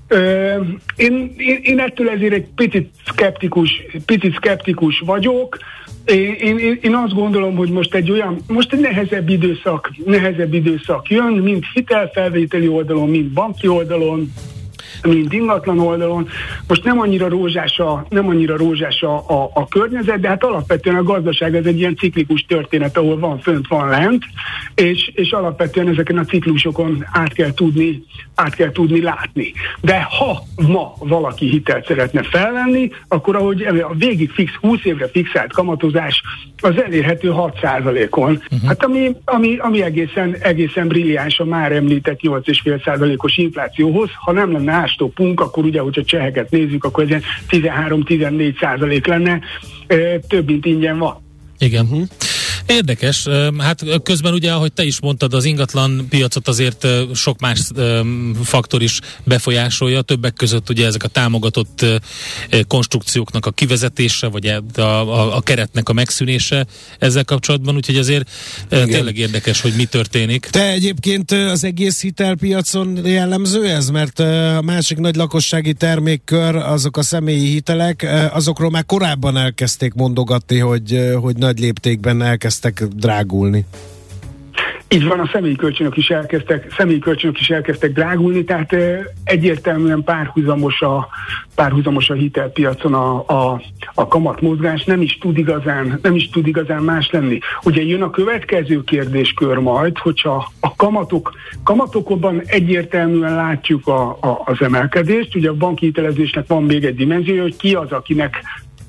Én, én, én ettől ezért egy picit szkeptikus, picit szkeptikus vagyok. Én, én, én azt gondolom, hogy most egy olyan, most egy nehezebb időszak, nehezebb időszak jön, mind hitelfelvételi oldalon, mind banki oldalon, mint ingatlan oldalon. Most nem annyira rózsás a, nem annyira rózsás a, a, a környezet, de hát alapvetően a gazdaság ez egy ilyen ciklikus történet, ahol van fönt, van lent, és, és alapvetően ezeken a ciklusokon át kell tudni, át kell tudni látni. De ha ma valaki hitelt szeretne felvenni, akkor ahogy a végig fix, húsz évre fixált kamatozás az elérhető hat százalékon. Uh-huh. Hát ami, ami, ami egészen, egészen brilliáns a már említett nyolc egész öt százalékos inflációhoz. Ha nem lenne ástopunk, akkor ugye, hogyha cseheket nézzük, akkor ez tizenhárom-tizennégy százalék lenne, több mint ingyen van. Igen. Uh-huh. Érdekes. Hát közben ugye, ahogy te is mondtad, az ingatlan piacot azért sok más faktor is befolyásolja, többek között ugye ezek a támogatott konstrukcióknak a kivezetése, vagy a, a, a keretnek a megszűnése ezzel kapcsolatban, úgyhogy azért igen, tényleg érdekes, hogy mi történik. Te egyébként az egész hitelpiacon jellemző ez, mert a másik nagy lakossági termékkör, azok a személyi hitelek, azokról már korábban elkezdték mondogatni, hogy, hogy nagy léptékben elkezdték drágulni. Így van, a személyi kölcsönök is elkezdtek, személyi kölcsönök is elkezdtek drágulni, tehát egyértelműen párhuzamos a, párhuzamos a hitelpiacon a, a, a kamatmozgás, nem is tud igazán, nem is tud igazán más lenni. Ugye jön a következő kérdéskör majd, hogyha a kamatok, kamatokban egyértelműen látjuk a, a, az emelkedést, ugye a banki hitelezésnek van még egy dimenzió, hogy ki az, akinek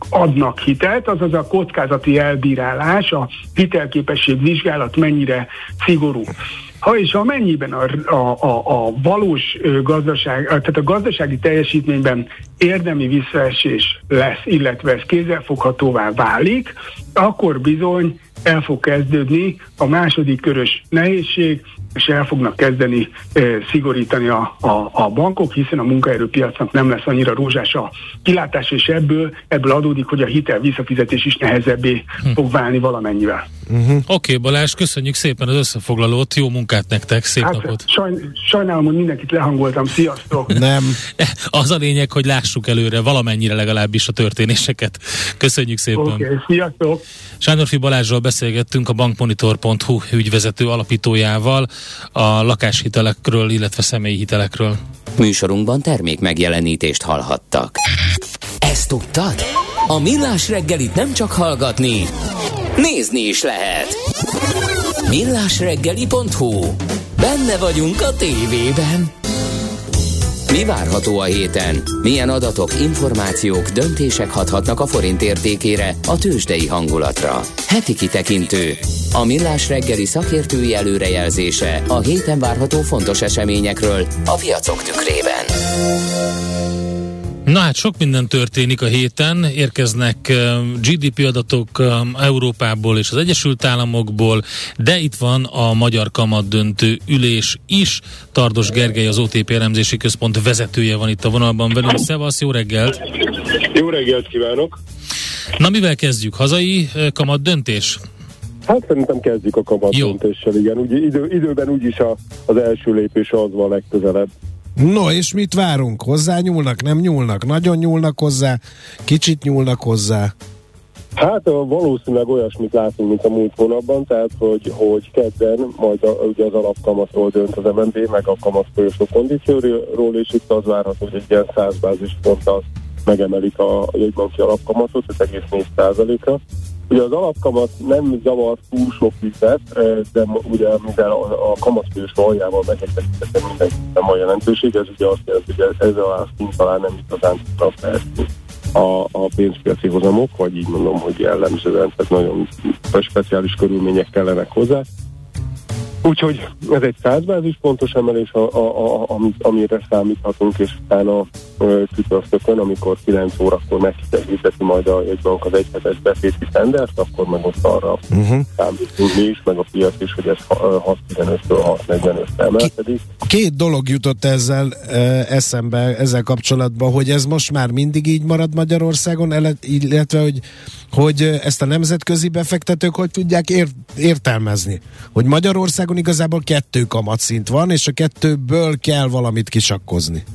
adnak hitelt, azaz a kockázati elbírálás, a hitelképesség vizsgálat mennyire szigorú. Ha és amennyiben a, a, a, a valós gazdaság, tehát a gazdasági teljesítményben érdemi visszaesés lesz, illetve ez kézzelfoghatóvá válik, akkor bizony el fog kezdődni a második körös nehézség, és el fognak kezdeni e, szigorítani a, a, a bankok, hiszen a munkaerőpiacnak nem lesz annyira rózsás a kilátás, és ebből, ebből adódik, hogy a hitel visszafizetés is nehezebbé hm. fog válni valamennyivel. Uh-huh. Oké, okay, Balázs, köszönjük szépen az összefoglalót, jó munkát nektek, szép hát, napot! Sajn, sajnálom, hogy mindenkit lehangoltam, sziasztok! Nem. Az a lényeg, hogy lássuk előre valamennyire legalábbis a történéseket. Köszönjük szépen! Oké, okay, sziasztok! Sándorfi Balázsral beszélgettünk, a bankmonitor pont hu ügyvezető alapítójával a lakáshitelekről, illetve személyi hitelekről. Műsorunkban termék megjelenítést hallhattak. Ezt tudtad? A Millás reggelit nem csak hallgatni, nézni is lehet. millásreggeli pont hu. Benne vagyunk a tévében. Mi várható a héten? Milyen adatok, információk, döntések hathatnak a forint értékére, a tőzsdei hangulatra? Heti kitekintő. A Millás reggeli szakértői előrejelzése a héten várható fontos eseményekről a piacok tükrében. Na hát sok minden történik a héten, érkeznek gé dé pé adatok Európából és az Egyesült Államokból, de itt van a magyar kamatdöntő ülés is. Tardos Gergely, az o té pé elemzési központ vezetője van itt a vonalban velünk. Szevasz, jó reggelt! Jó reggelt kívánok! Na, mivel kezdjük? Hazai kamatdöntés? Hát szerintem kezdjük a kamatdöntéssel, igen. Ugye idő, időben úgyis a, az első lépés az van legközelebb. No, és mit várunk? Hozzá nyúlnak, nem nyúlnak? Nagyon nyúlnak hozzá? Kicsit nyúlnak hozzá? Hát valószínűleg olyasmit látunk, mint a múlt hónapban, tehát hogy, hogy kedden majd a, ugye az alapkamatról dönt az em en bé, meg a kamatfolyosó kondícióról, és itt az várható, hogy egy ilyen száz bázisponttal megemelik a jegybanki alapkamatot, ez egész négy százalékra. Ugye az alapkamat nem zavar túl sok vizet, de ugye mivel a, a kamatfolyosó aljával megegyeztetett mindenképpen a jelentőség, ez ugye azt jelenti, hogy ezzel a szint talán nem igazán tudnak lehetni a, a pénzpiaci hozamok, vagy így mondom, hogy jellemzően, tehát nagyon speciális körülmények kellenek hozzá. Úgyhogy ez egy száz bázispontos emelés, a, a, a, amire számíthatunk, és utána csütörtökön, amikor kilenc órakor meghirdeti majd a jegybank az egyhetes betéti tendert, akkor meg ott arra uh-huh. számítunk mi is, meg a piac is, hogy ez hat tizenöttől hat negyvenötre emelkedik. Két dolog jutott ezzel e, eszembe, ezzel kapcsolatban, hogy ez most már mindig így marad Magyarországon, illetve hogy, hogy ezt a nemzetközi befektetők hogy tudják ért, értelmezni. Hogy Magyarországon igazából kettő kamatszint van, és a kettőből kell valamit kisakkozni.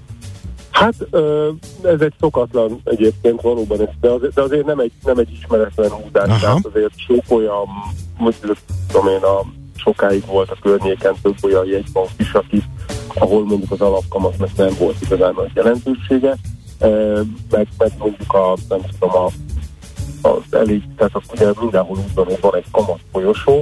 Hát ez egy szokatlan egyébként valóban, de azért, de azért nem egy, nem egy ismeretlen húzás, tehát azért sok olyan, mondjuk tudom én, a sokáig volt a környéken több olyan jegybank is, akik, ahol mondjuk az alapkamatnak nem volt igazán nagy jelentősége, meg, meg mondjuk a, nem tudom, a, az elég, tehát ugye mindenhol úgy van, hogy van egy kamatfolyosó,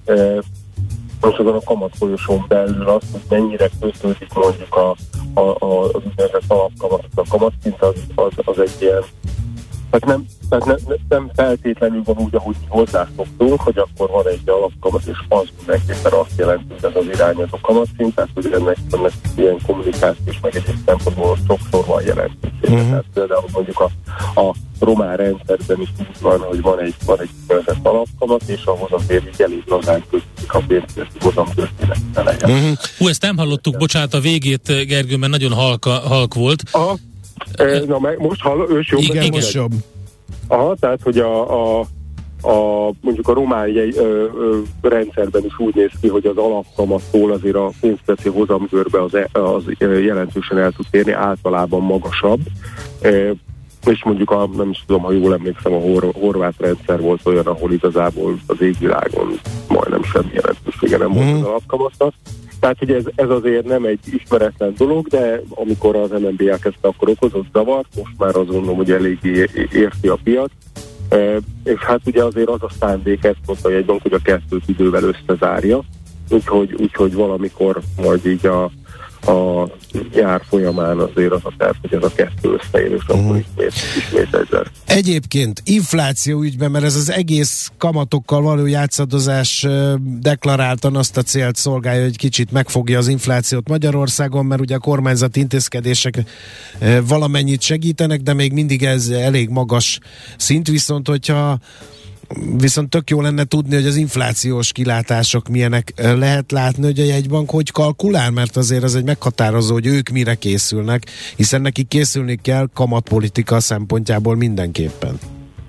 most azon a kamatfolyosón belül az, hogy mennyire kötődik mondjuk a, a, a, az úgynevezett alapkamatot, a kamatszint, az, az, az egy ilyen, tehát nem, tehát nem, nem feltétlenül van úgy, ahogy hozzászoktunk, hogy akkor van egy alapkamat, és az mindenképpen azt jelenti, hogy ez az irányozó kamatszint, tehát hogy ennek, ennek ilyen kommunikációs, meg egyéb szempontból sokszor van jelentősége. Uh-huh. Tehát például mondjuk a, a román rendszerben is úgy van, hogy van egy, van egy között alapkamat, és ahhoz azért így elég lazán kötődik a pénzpiaci hozam történet. Uh-huh. Hú, ezt nem hallottuk, bocsánat, a végét, Gergő, mert nagyon halka, halk volt. Aha. E, na, meg most hall, ős jobb. Igen, most jobb. Aha, tehát, hogy a, a, a mondjuk a román jegy, ö, ö, rendszerben is úgy néz ki, hogy az alapkamattól azért a pénzpiaci hozamgörbe az, az jelentősen el tud térni, általában magasabb. E, és mondjuk a, nem is tudom, ha jól emlékszem, a hor, horvát rendszer volt olyan, ahol igazából az égvilágon majdnem semmi jelentősége nem volt az alapkamatnak. Tehát, hogy ez, ez azért nem egy ismeretlen dolog, de amikor az em en bé elkezdte, akkor okozott zavart, most már azt gondolom, hogy eléggé érti a piac. E, és hát ugye azért az a szándék, ezt mondta a jegybank, hogy a kettőt idővel összezárja, úgyhogy, úgyhogy valamikor majd így a, a nyár folyamán azért az a terv, hogy ez a kettő összeér, és uh-huh. akkor ismét, ismét ezzel. Egyébként infláció ügyben, mert ez az egész kamatokkal való játszadozás deklaráltan azt a célt szolgálja, hogy kicsit megfogja az inflációt Magyarországon, mert ugye a kormányzati intézkedések valamennyit segítenek, de még mindig ez elég magas szint, viszont hogyha viszont tök jó lenne tudni, hogy az inflációs kilátások milyenek. Lehet látni, hogy a jegybank hogy kalkulál, mert azért az egy meghatározó, hogy ők mire készülnek, hiszen nekik készülni kell kamatpolitika szempontjából mindenképpen.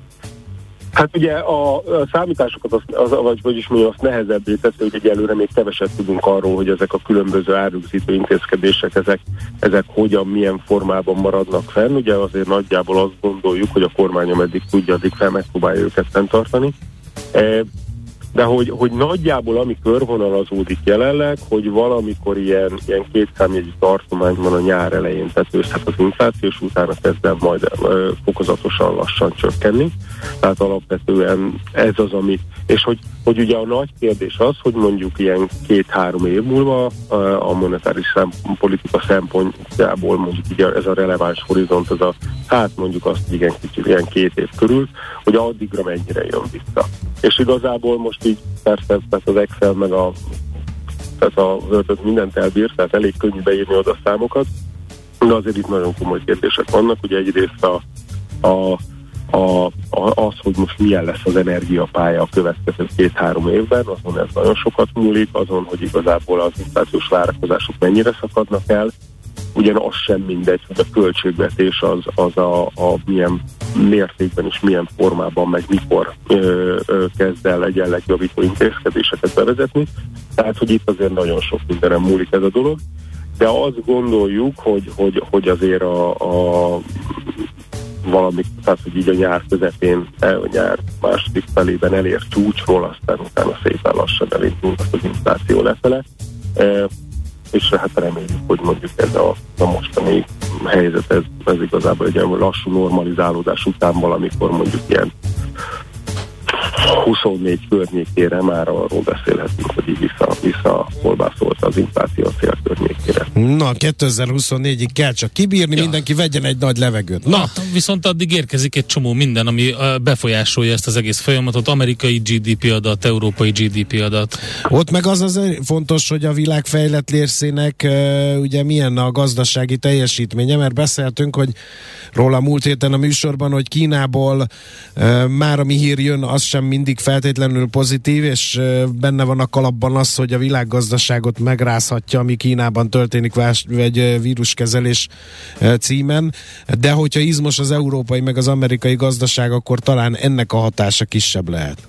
Hát ugye a, a számításokat, az, az, vagy vagyis mi azt nehezebbé teszi, hogy egyelőre még keveset tudunk arról, hogy ezek a különböző árrögzítő intézkedések, ezek, ezek hogyan, milyen formában maradnak fenn. Ugye azért nagyjából azt gondoljuk, hogy a kormány ameddig tudja, addig fel megpróbálja őket fenntartani. E, de hogy, hogy nagyjából ami körvonalazódik jelenleg, hogy valamikor ilyen, ilyen kétszámjegyű tartomány van a nyár elején tetőzhet az infláció, és utána kezd el majd ö, fokozatosan lassan csökkenni. Tehát alapvetően ez az, ami... És hogy, hogy ugye a nagy kérdés az, hogy mondjuk ilyen két-három év múlva a monetáris politika szempontjából mondjuk ugye ez a releváns horizont, ez a, hát mondjuk azt igen kicsit, ilyen két év körül, hogy addigra mennyire jön vissza. És igazából most így persze tehát az Excel meg a tehát a Word mindent elbír, tehát elég könnyű beírni oda a számokat, de azért itt nagyon komoly kérdések vannak. Ugye egyrészt a, a, a, a, az, hogy most milyen lesz az energiapálya a következő két-három évben, azon ez nagyon sokat múlik, azon, hogy igazából az inflációs várakozások mennyire szakadnak el. Ugyan az sem mindegy, hogy a költségvetés az, az a, a milyen mértékben és milyen formában, meg mikor ö, ö, kezd el egyenlegjavító intézkedéseket bevezetni. Tehát, hogy itt azért nagyon sok mindenem múlik ez a dolog, de azt gondoljuk, hogy, hogy, hogy azért a, a valami, tehát, hogy így a nyár közepén, a nyár második felében elér csúcsról, aztán utána szépen lassan elindult az infláció lefele. E, és hát reméljük, hogy mondjuk ez a, a mostani helyzet, ez, ez igazából egy olyan lassú normalizálódás után valamikor mondjuk ilyen huszonnégy környékére már arról beszélhetünk, hogy így vissza, vissza holbászolta az infláció a cél környékére. Na, kétezer-huszonnégyig kell csak kibírni, ja. Mindenki vegyen egy nagy levegőt. Na, Na viszont addig érkezik egy csomó minden, ami befolyásolja ezt az egész folyamatot, amerikai gé dé pé adat, európai gé dé pé adat. Ott meg az az fontos, hogy a világ fejlett részének ugye milyen a gazdasági teljesítménye, mert beszéltünk, hogy róla múlt héten a műsorban, hogy Kínából már ami hír jön, az sem mindig feltétlenül pozitív, és benne van a kalapban az, hogy a világgazdaságot megrázhatja, ami Kínában történik egy víruskezelés címen, de hogyha izmos az európai meg az amerikai gazdaság, akkor talán ennek a hatása kisebb lehet.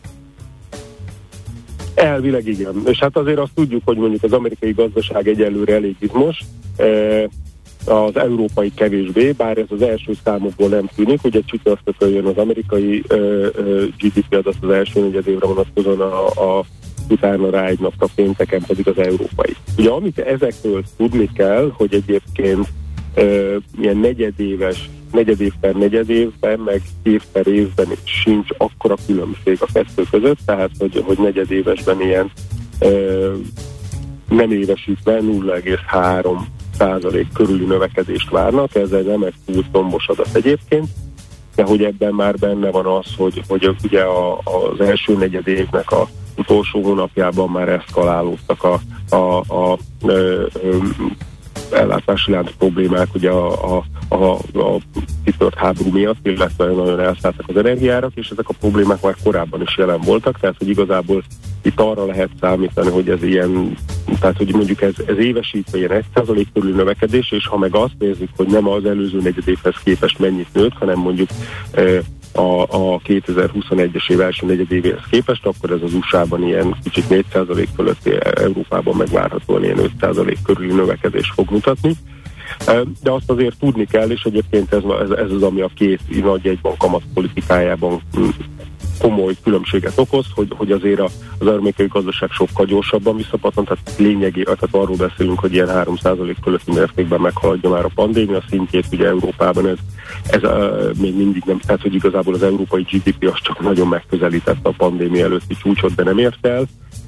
Elvileg igen. És hát azért azt tudjuk, hogy mondjuk az amerikai gazdaság egyelőre elég izmos, az európai kevésbé, bár ez az első számokból nem tűnik, ugye csütörtökön jön az amerikai ö, ö, gé dé pé adat az első negyedévre vonatkozóan, a, a, utána rá egy napra pénteken pedig az európai. Ugye amit ezekről tudni kell, hogy egyébként ö, ilyen negyedéves, negyedév per negyedévben, meg év per évben sincs akkora különbség a kettő között, tehát hogy, hogy negyedévesben ilyen ö, nem évesítve nulla egész három százalék körüli növekedést várnak, ezzel nem egy túl tombos adat egyébként, de hogy ebben már benne van az, hogy, hogy ugye a, az első negyed évnek a utolsó hónapjában már eszkalálódtak a, a, a, a, a ellátási lánc problémák ugye a, a, a, a kitört háború miatt, illetve nagyon elszálltak az energiárak, és ezek a problémák már korábban is jelen voltak, tehát hogy igazából itt arra lehet számítani, hogy ez ilyen, tehát hogy mondjuk ez, ez évesítve ilyen egy százalék körül növekedés, és ha meg azt nézzük, hogy nem az előző negyedévhez képest mennyit nőtt, hanem mondjuk e, a, a kétezer-huszonegyes év első negyedévéhez képest, akkor ez az u es á-ban ilyen kicsit négy százalék fölötti, Európában megvárhatóan ilyen öt százalék körüli növekedés fog mutatni. De azt azért tudni kell, és egyébként ez, ez, ez az, ami a két nagy jegybank kamatpolitikájában komoly különbséget okoz, hogy, hogy azért a, az amerikai gazdaság sokkal gyorsabban visszapattant, tehát lényegi, tehát arról beszélünk, hogy ilyen három százalék fölötti mértékben meghaladja már a pandémia szintjét, ugye Európában ez, ez uh, még mindig nem, tehát hogy igazából az európai gé dé pé az csak nagyon megközelítette a pandémia előtti csúcsot, de nem ért el,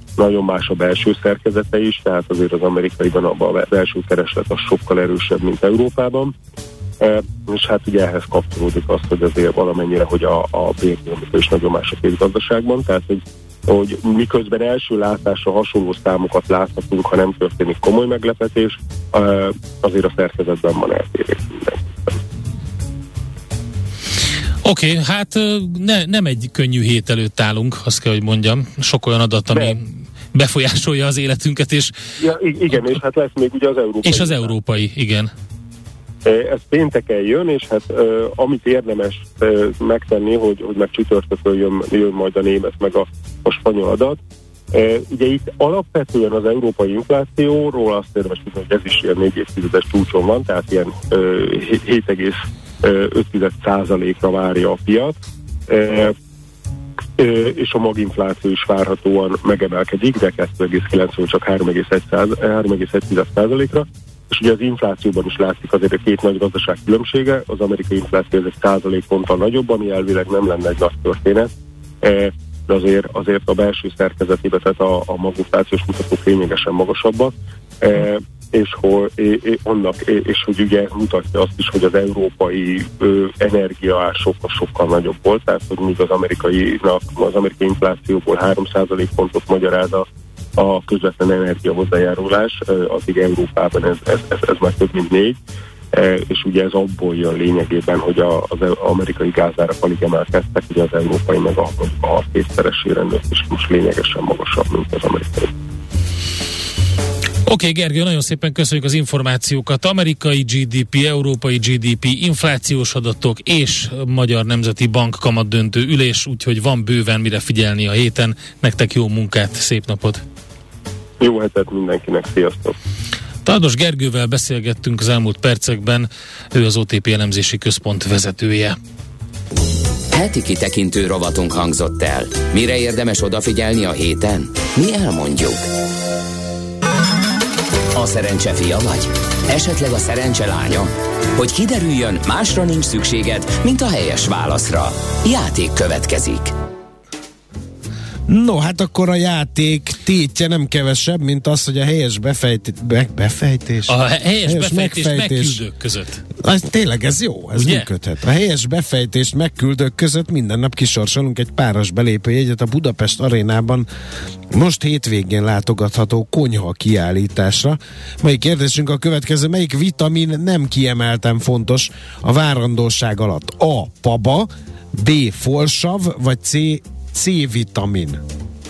nagyon más a belső szerkezete is, tehát azért az amerikaiban a belső kereslet az sokkal erősebb, mint Európában. E, és hát ugye ehhez kapcsolódik azt, hogy azért valamennyire, hogy a, a bérdinamika is nagyon más a két gazdaságban, tehát hogy, hogy miközben első látásra hasonló számokat láthatunk, ha nem történik komoly meglepetés, e, azért a szerkezetben van eltérés minden. Oké, okay, hát ne, nem egy könnyű hét előtt állunk, azt kell, hogy mondjam. Sok olyan adat, ami De. befolyásolja az életünket, és... Ja, igen, és hát lesz még ugye az európai. És az európai, igen. Ez pénteken jön, és hát uh, amit érdemes uh, megtenni, hogy, hogy meg csütörtökön jön, jön majd a német, meg a, a spanyol adat. Uh, ugye itt alapvetően az európai inflációról azt érdemes tudni, hogy ez is ilyen négy évtizedes csúcson van, tehát ilyen uh, hét egész öt százalékra várja a piac, uh, uh, és a maginfláció is várhatóan megemelkedik, de kettő egész kilencven csak három egész egy százalékra. És ugye az inflációban is látszik azért a két nagy gazdaság különbsége, az amerikai infláció ez egy százalékponttal nagyobb, ami elvileg nem lenne egy nagy történet, de azért, azért a belső szerkezetében, tehát a, a maginflációs mutatók lényegesen magasabbak, és, hogy, annak, és hogy ugye mutatja azt is, hogy az európai energiaár sokkal, sokkal nagyobb volt, tehát hogy míg az amerikainak, az amerikai inflációból három százalékpontot magyaráz a a közvetlen energia hozzájárulás, addig Európában ez, ez, ez, ez már több mint négy, és ugye ez abból jön lényegében, hogy a, az amerikai gázárak alig emelkedtek, ugye az európai meg a, a kétszeresére nőtt, és most lényegesen magasabb, mint az amerikai. Oké, okay, Gergő, nagyon szépen köszönjük az információkat. Amerikai gé dé pé, európai gé dé pé, inflációs adatok és Magyar Nemzeti Bank kamatdöntő ülés, úgyhogy van bőven mire figyelni a héten. Nektek jó munkát, szép napot! Jó hetet mindenkinek, sziasztok! Tardos Gergővel beszélgettünk az elmúlt percekben, ő az o té pé elemzési központ vezetője. Heti kitekintő rovatunk hangzott el. Mire érdemes odafigyelni a héten? Mi elmondjuk. A szerencse fia vagy? Esetleg a szerencse lánya? Hogy kiderüljön, másra nincs szükséged, mint a helyes válaszra. Játék következik. No, hát akkor a játék tétje nem kevesebb, mint az, hogy a helyes befejt... Be, befejtés? A helyes, helyes befejtés megküldők között. Az, tényleg ez jó, ez működhet. A helyes befejtést megküldők között minden nap kisorsolunk egy páros belépőjegyet a Budapest Arénában most hétvégén látogatható konyha kiállításra. Mai kérdésünk a következő: melyik vitamin nem kiemelten fontos a várandóság alatt? A. Paba, B. Folsav, vagy C. C-vitamin.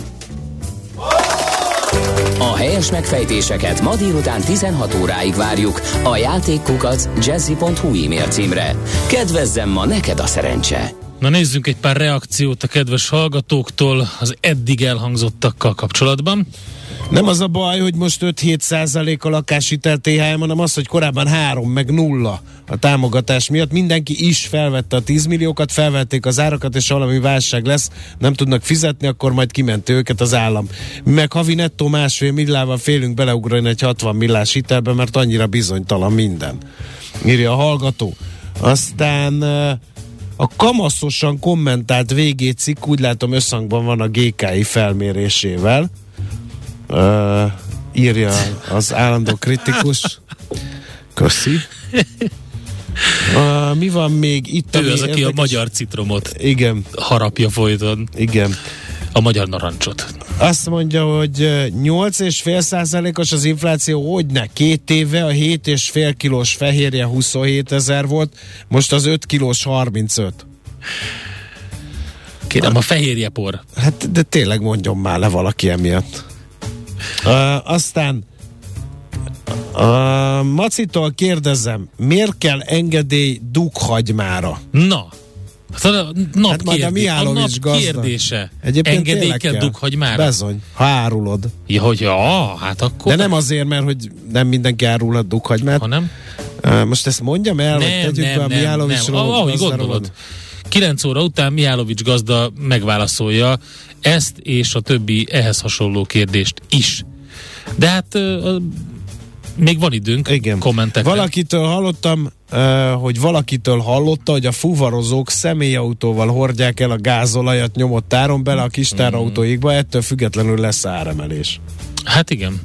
A helyes megfejtéseket ma délután tizenhat óráig várjuk a játékkukac jazzy pont hu e-mail címre. Kedvezzem ma neked a szerencse! Na nézzünk egy pár reakciót a kedves hallgatóktól az eddig elhangzottakkal kapcsolatban. Nem az a baj, hogy most öt-hét százalék a lakáshitel té há em, hanem az, hogy korábban három meg nulla a támogatás miatt. Mindenki is felvette a tíz milliókat, felvették az árakat, és valami válság lesz, nem tudnak fizetni, akkor majd kimenti őket az állam. Mi meg havi nettó másfél millával félünk beleugrani egy hatvan millás hitelbe, mert annyira bizonytalan minden. Írja a hallgató. Aztán a kamaszosan kommentált vé gé cikk úgy látom összhangban van a gé ká i felmérésével. Uh, írja az állandó kritikus. Köszi. Uh, mi van még itt? Ő az, aki érdekes... a magyar citromot igen. harapja folyton. Igen. A magyar narancsot. Azt mondja, hogy nyolc egész öt százalékos az infláció, hogyne, két éve a hét egész öt kilós fehérje huszonhét ezer volt, most az öt kilós harmincöt. Kérem, a fehérjepor. Hát, de tényleg mondjon már le valaki emiatt. Uh, aztán uh, Macitól kérdezem, miért kell engedély dughagymára? Na, hát a nap, hát kérdé- a, Mihálovics a nap kérdése. Egyébként engedély kell dughagymára? Bezony, ha árulod. Ja, hogy ja, hát akkor... De nem azért, mert hogy nem mindenki árulhat dughagymát. Hanem? Uh, most ezt mondjam el, nem, vagy tegyük nem, be a Mihálovicsról? Nem, ahogy gondolod. kilenc óra után Mihálovics gazda megválaszolja ezt és a többi ehhez hasonló kérdést is. De hát még van időnk. Igen. Kommentekre. Valakitől hallottam, uh, hogy valakitől hallotta, hogy a fuvarozók személyautóval hordják el a gázolajat nyomott áron bele a kis tárautóikba, ettől függetlenül lesz áremelés. Hát igen.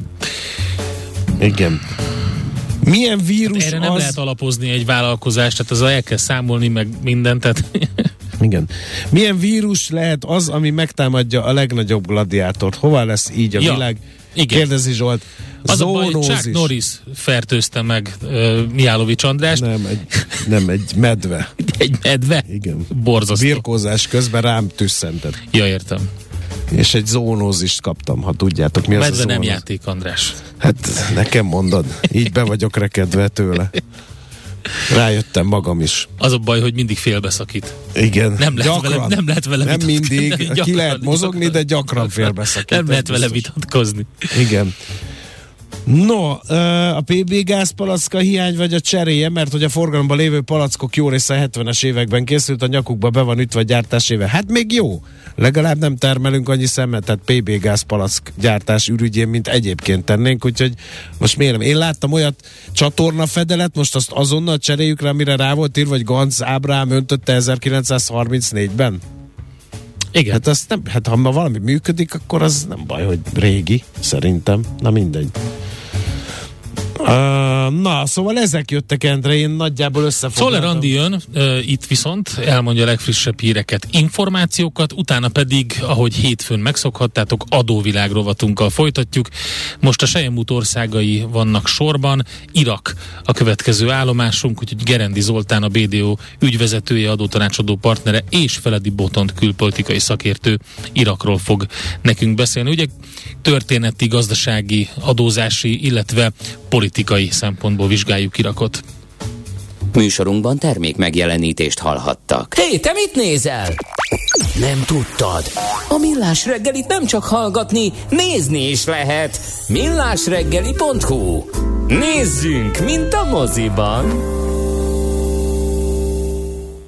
Igen. Milyen vírus hát erre nem az... lehet alapozni egy vállalkozást, tehát az el kell számolni, meg mindent. Tehát... Igen. Milyen vírus lehet az, ami megtámadja a legnagyobb gladiátort? Hova lesz így a ja, világ? Igen. Kérdezi Zsolt. Az a baj, hogy Chuck Norris fertőzte meg uh, Mihálovics Andrást. Nem, egy, nem, egy medve. Egy medve? Igen. Borzasztó. Birkózás közben rám tüsszentett. Ja, értem. És egy zónózist kaptam, ha tudjátok, mi a az medve a nem zónóz. játék, András. Hát nekem mondod, így be vagyok rekedve tőle. Rájöttem magam is. Az a baj, hogy mindig félbeszakít. Igen. Nem lehet gyakran. vele, nem lehet vele Nem vitatkozni. mindig, Gyakran, ki lehet mozogni, gyakran. de gyakran félbeszakít. Nem lehet vele biztos. vitatkozni. Igen. No, a pé bé gázpalacka hiány vagy a cseréje, mert hogy a forgalomban lévő palackok jó része hetvenes években készült, a nyakukba be van ütve a gyártás éve. Hát még jó. Legalább nem termelünk annyi szemetet pé bé gázpalack gyártás ürügyén, mint egyébként tennénk, úgyhogy most miért nem? Én láttam olyat csatornafedelet, most azt azonnal cseréljük rá, mire rá volt írva, vagy Ganz Ábrám öntötte ezerkilencszázharmincnégyben. Igen. Hát, azt nem, hát ha ma valami működik, akkor az nem baj, hogy régi, szerintem. Na mindegy. Uh, na, szóval ezek jöttek, Endre, én nagyjából összefoglaltam. Szoller Andi jön, uh, itt viszont elmondja a legfrissebb híreket, információkat, utána pedig, ahogy hétfőn megszokhattátok, adóvilág rovatunkkal folytatjuk. Most a Selyemút országai vannak sorban, Irak a következő állomásunk, úgyhogy Gerendi Zoltán, a bé dé o ügyvezetője, adótanácsadó partnere és Feledi Botont külpolitikai szakértő Irakról fog nekünk beszélni. Ugye történeti, gazdasági, adózási, illetve politikai szempontból vizsgáljuk Irakot. Műsorunkban termék megjelenítést hallhattak. Hé, te mit nézel? Nem tudtad? A Millás reggelit nem csak hallgatni, nézni is lehet. millásreggeli pont hu. Nézzünk, mint a moziban!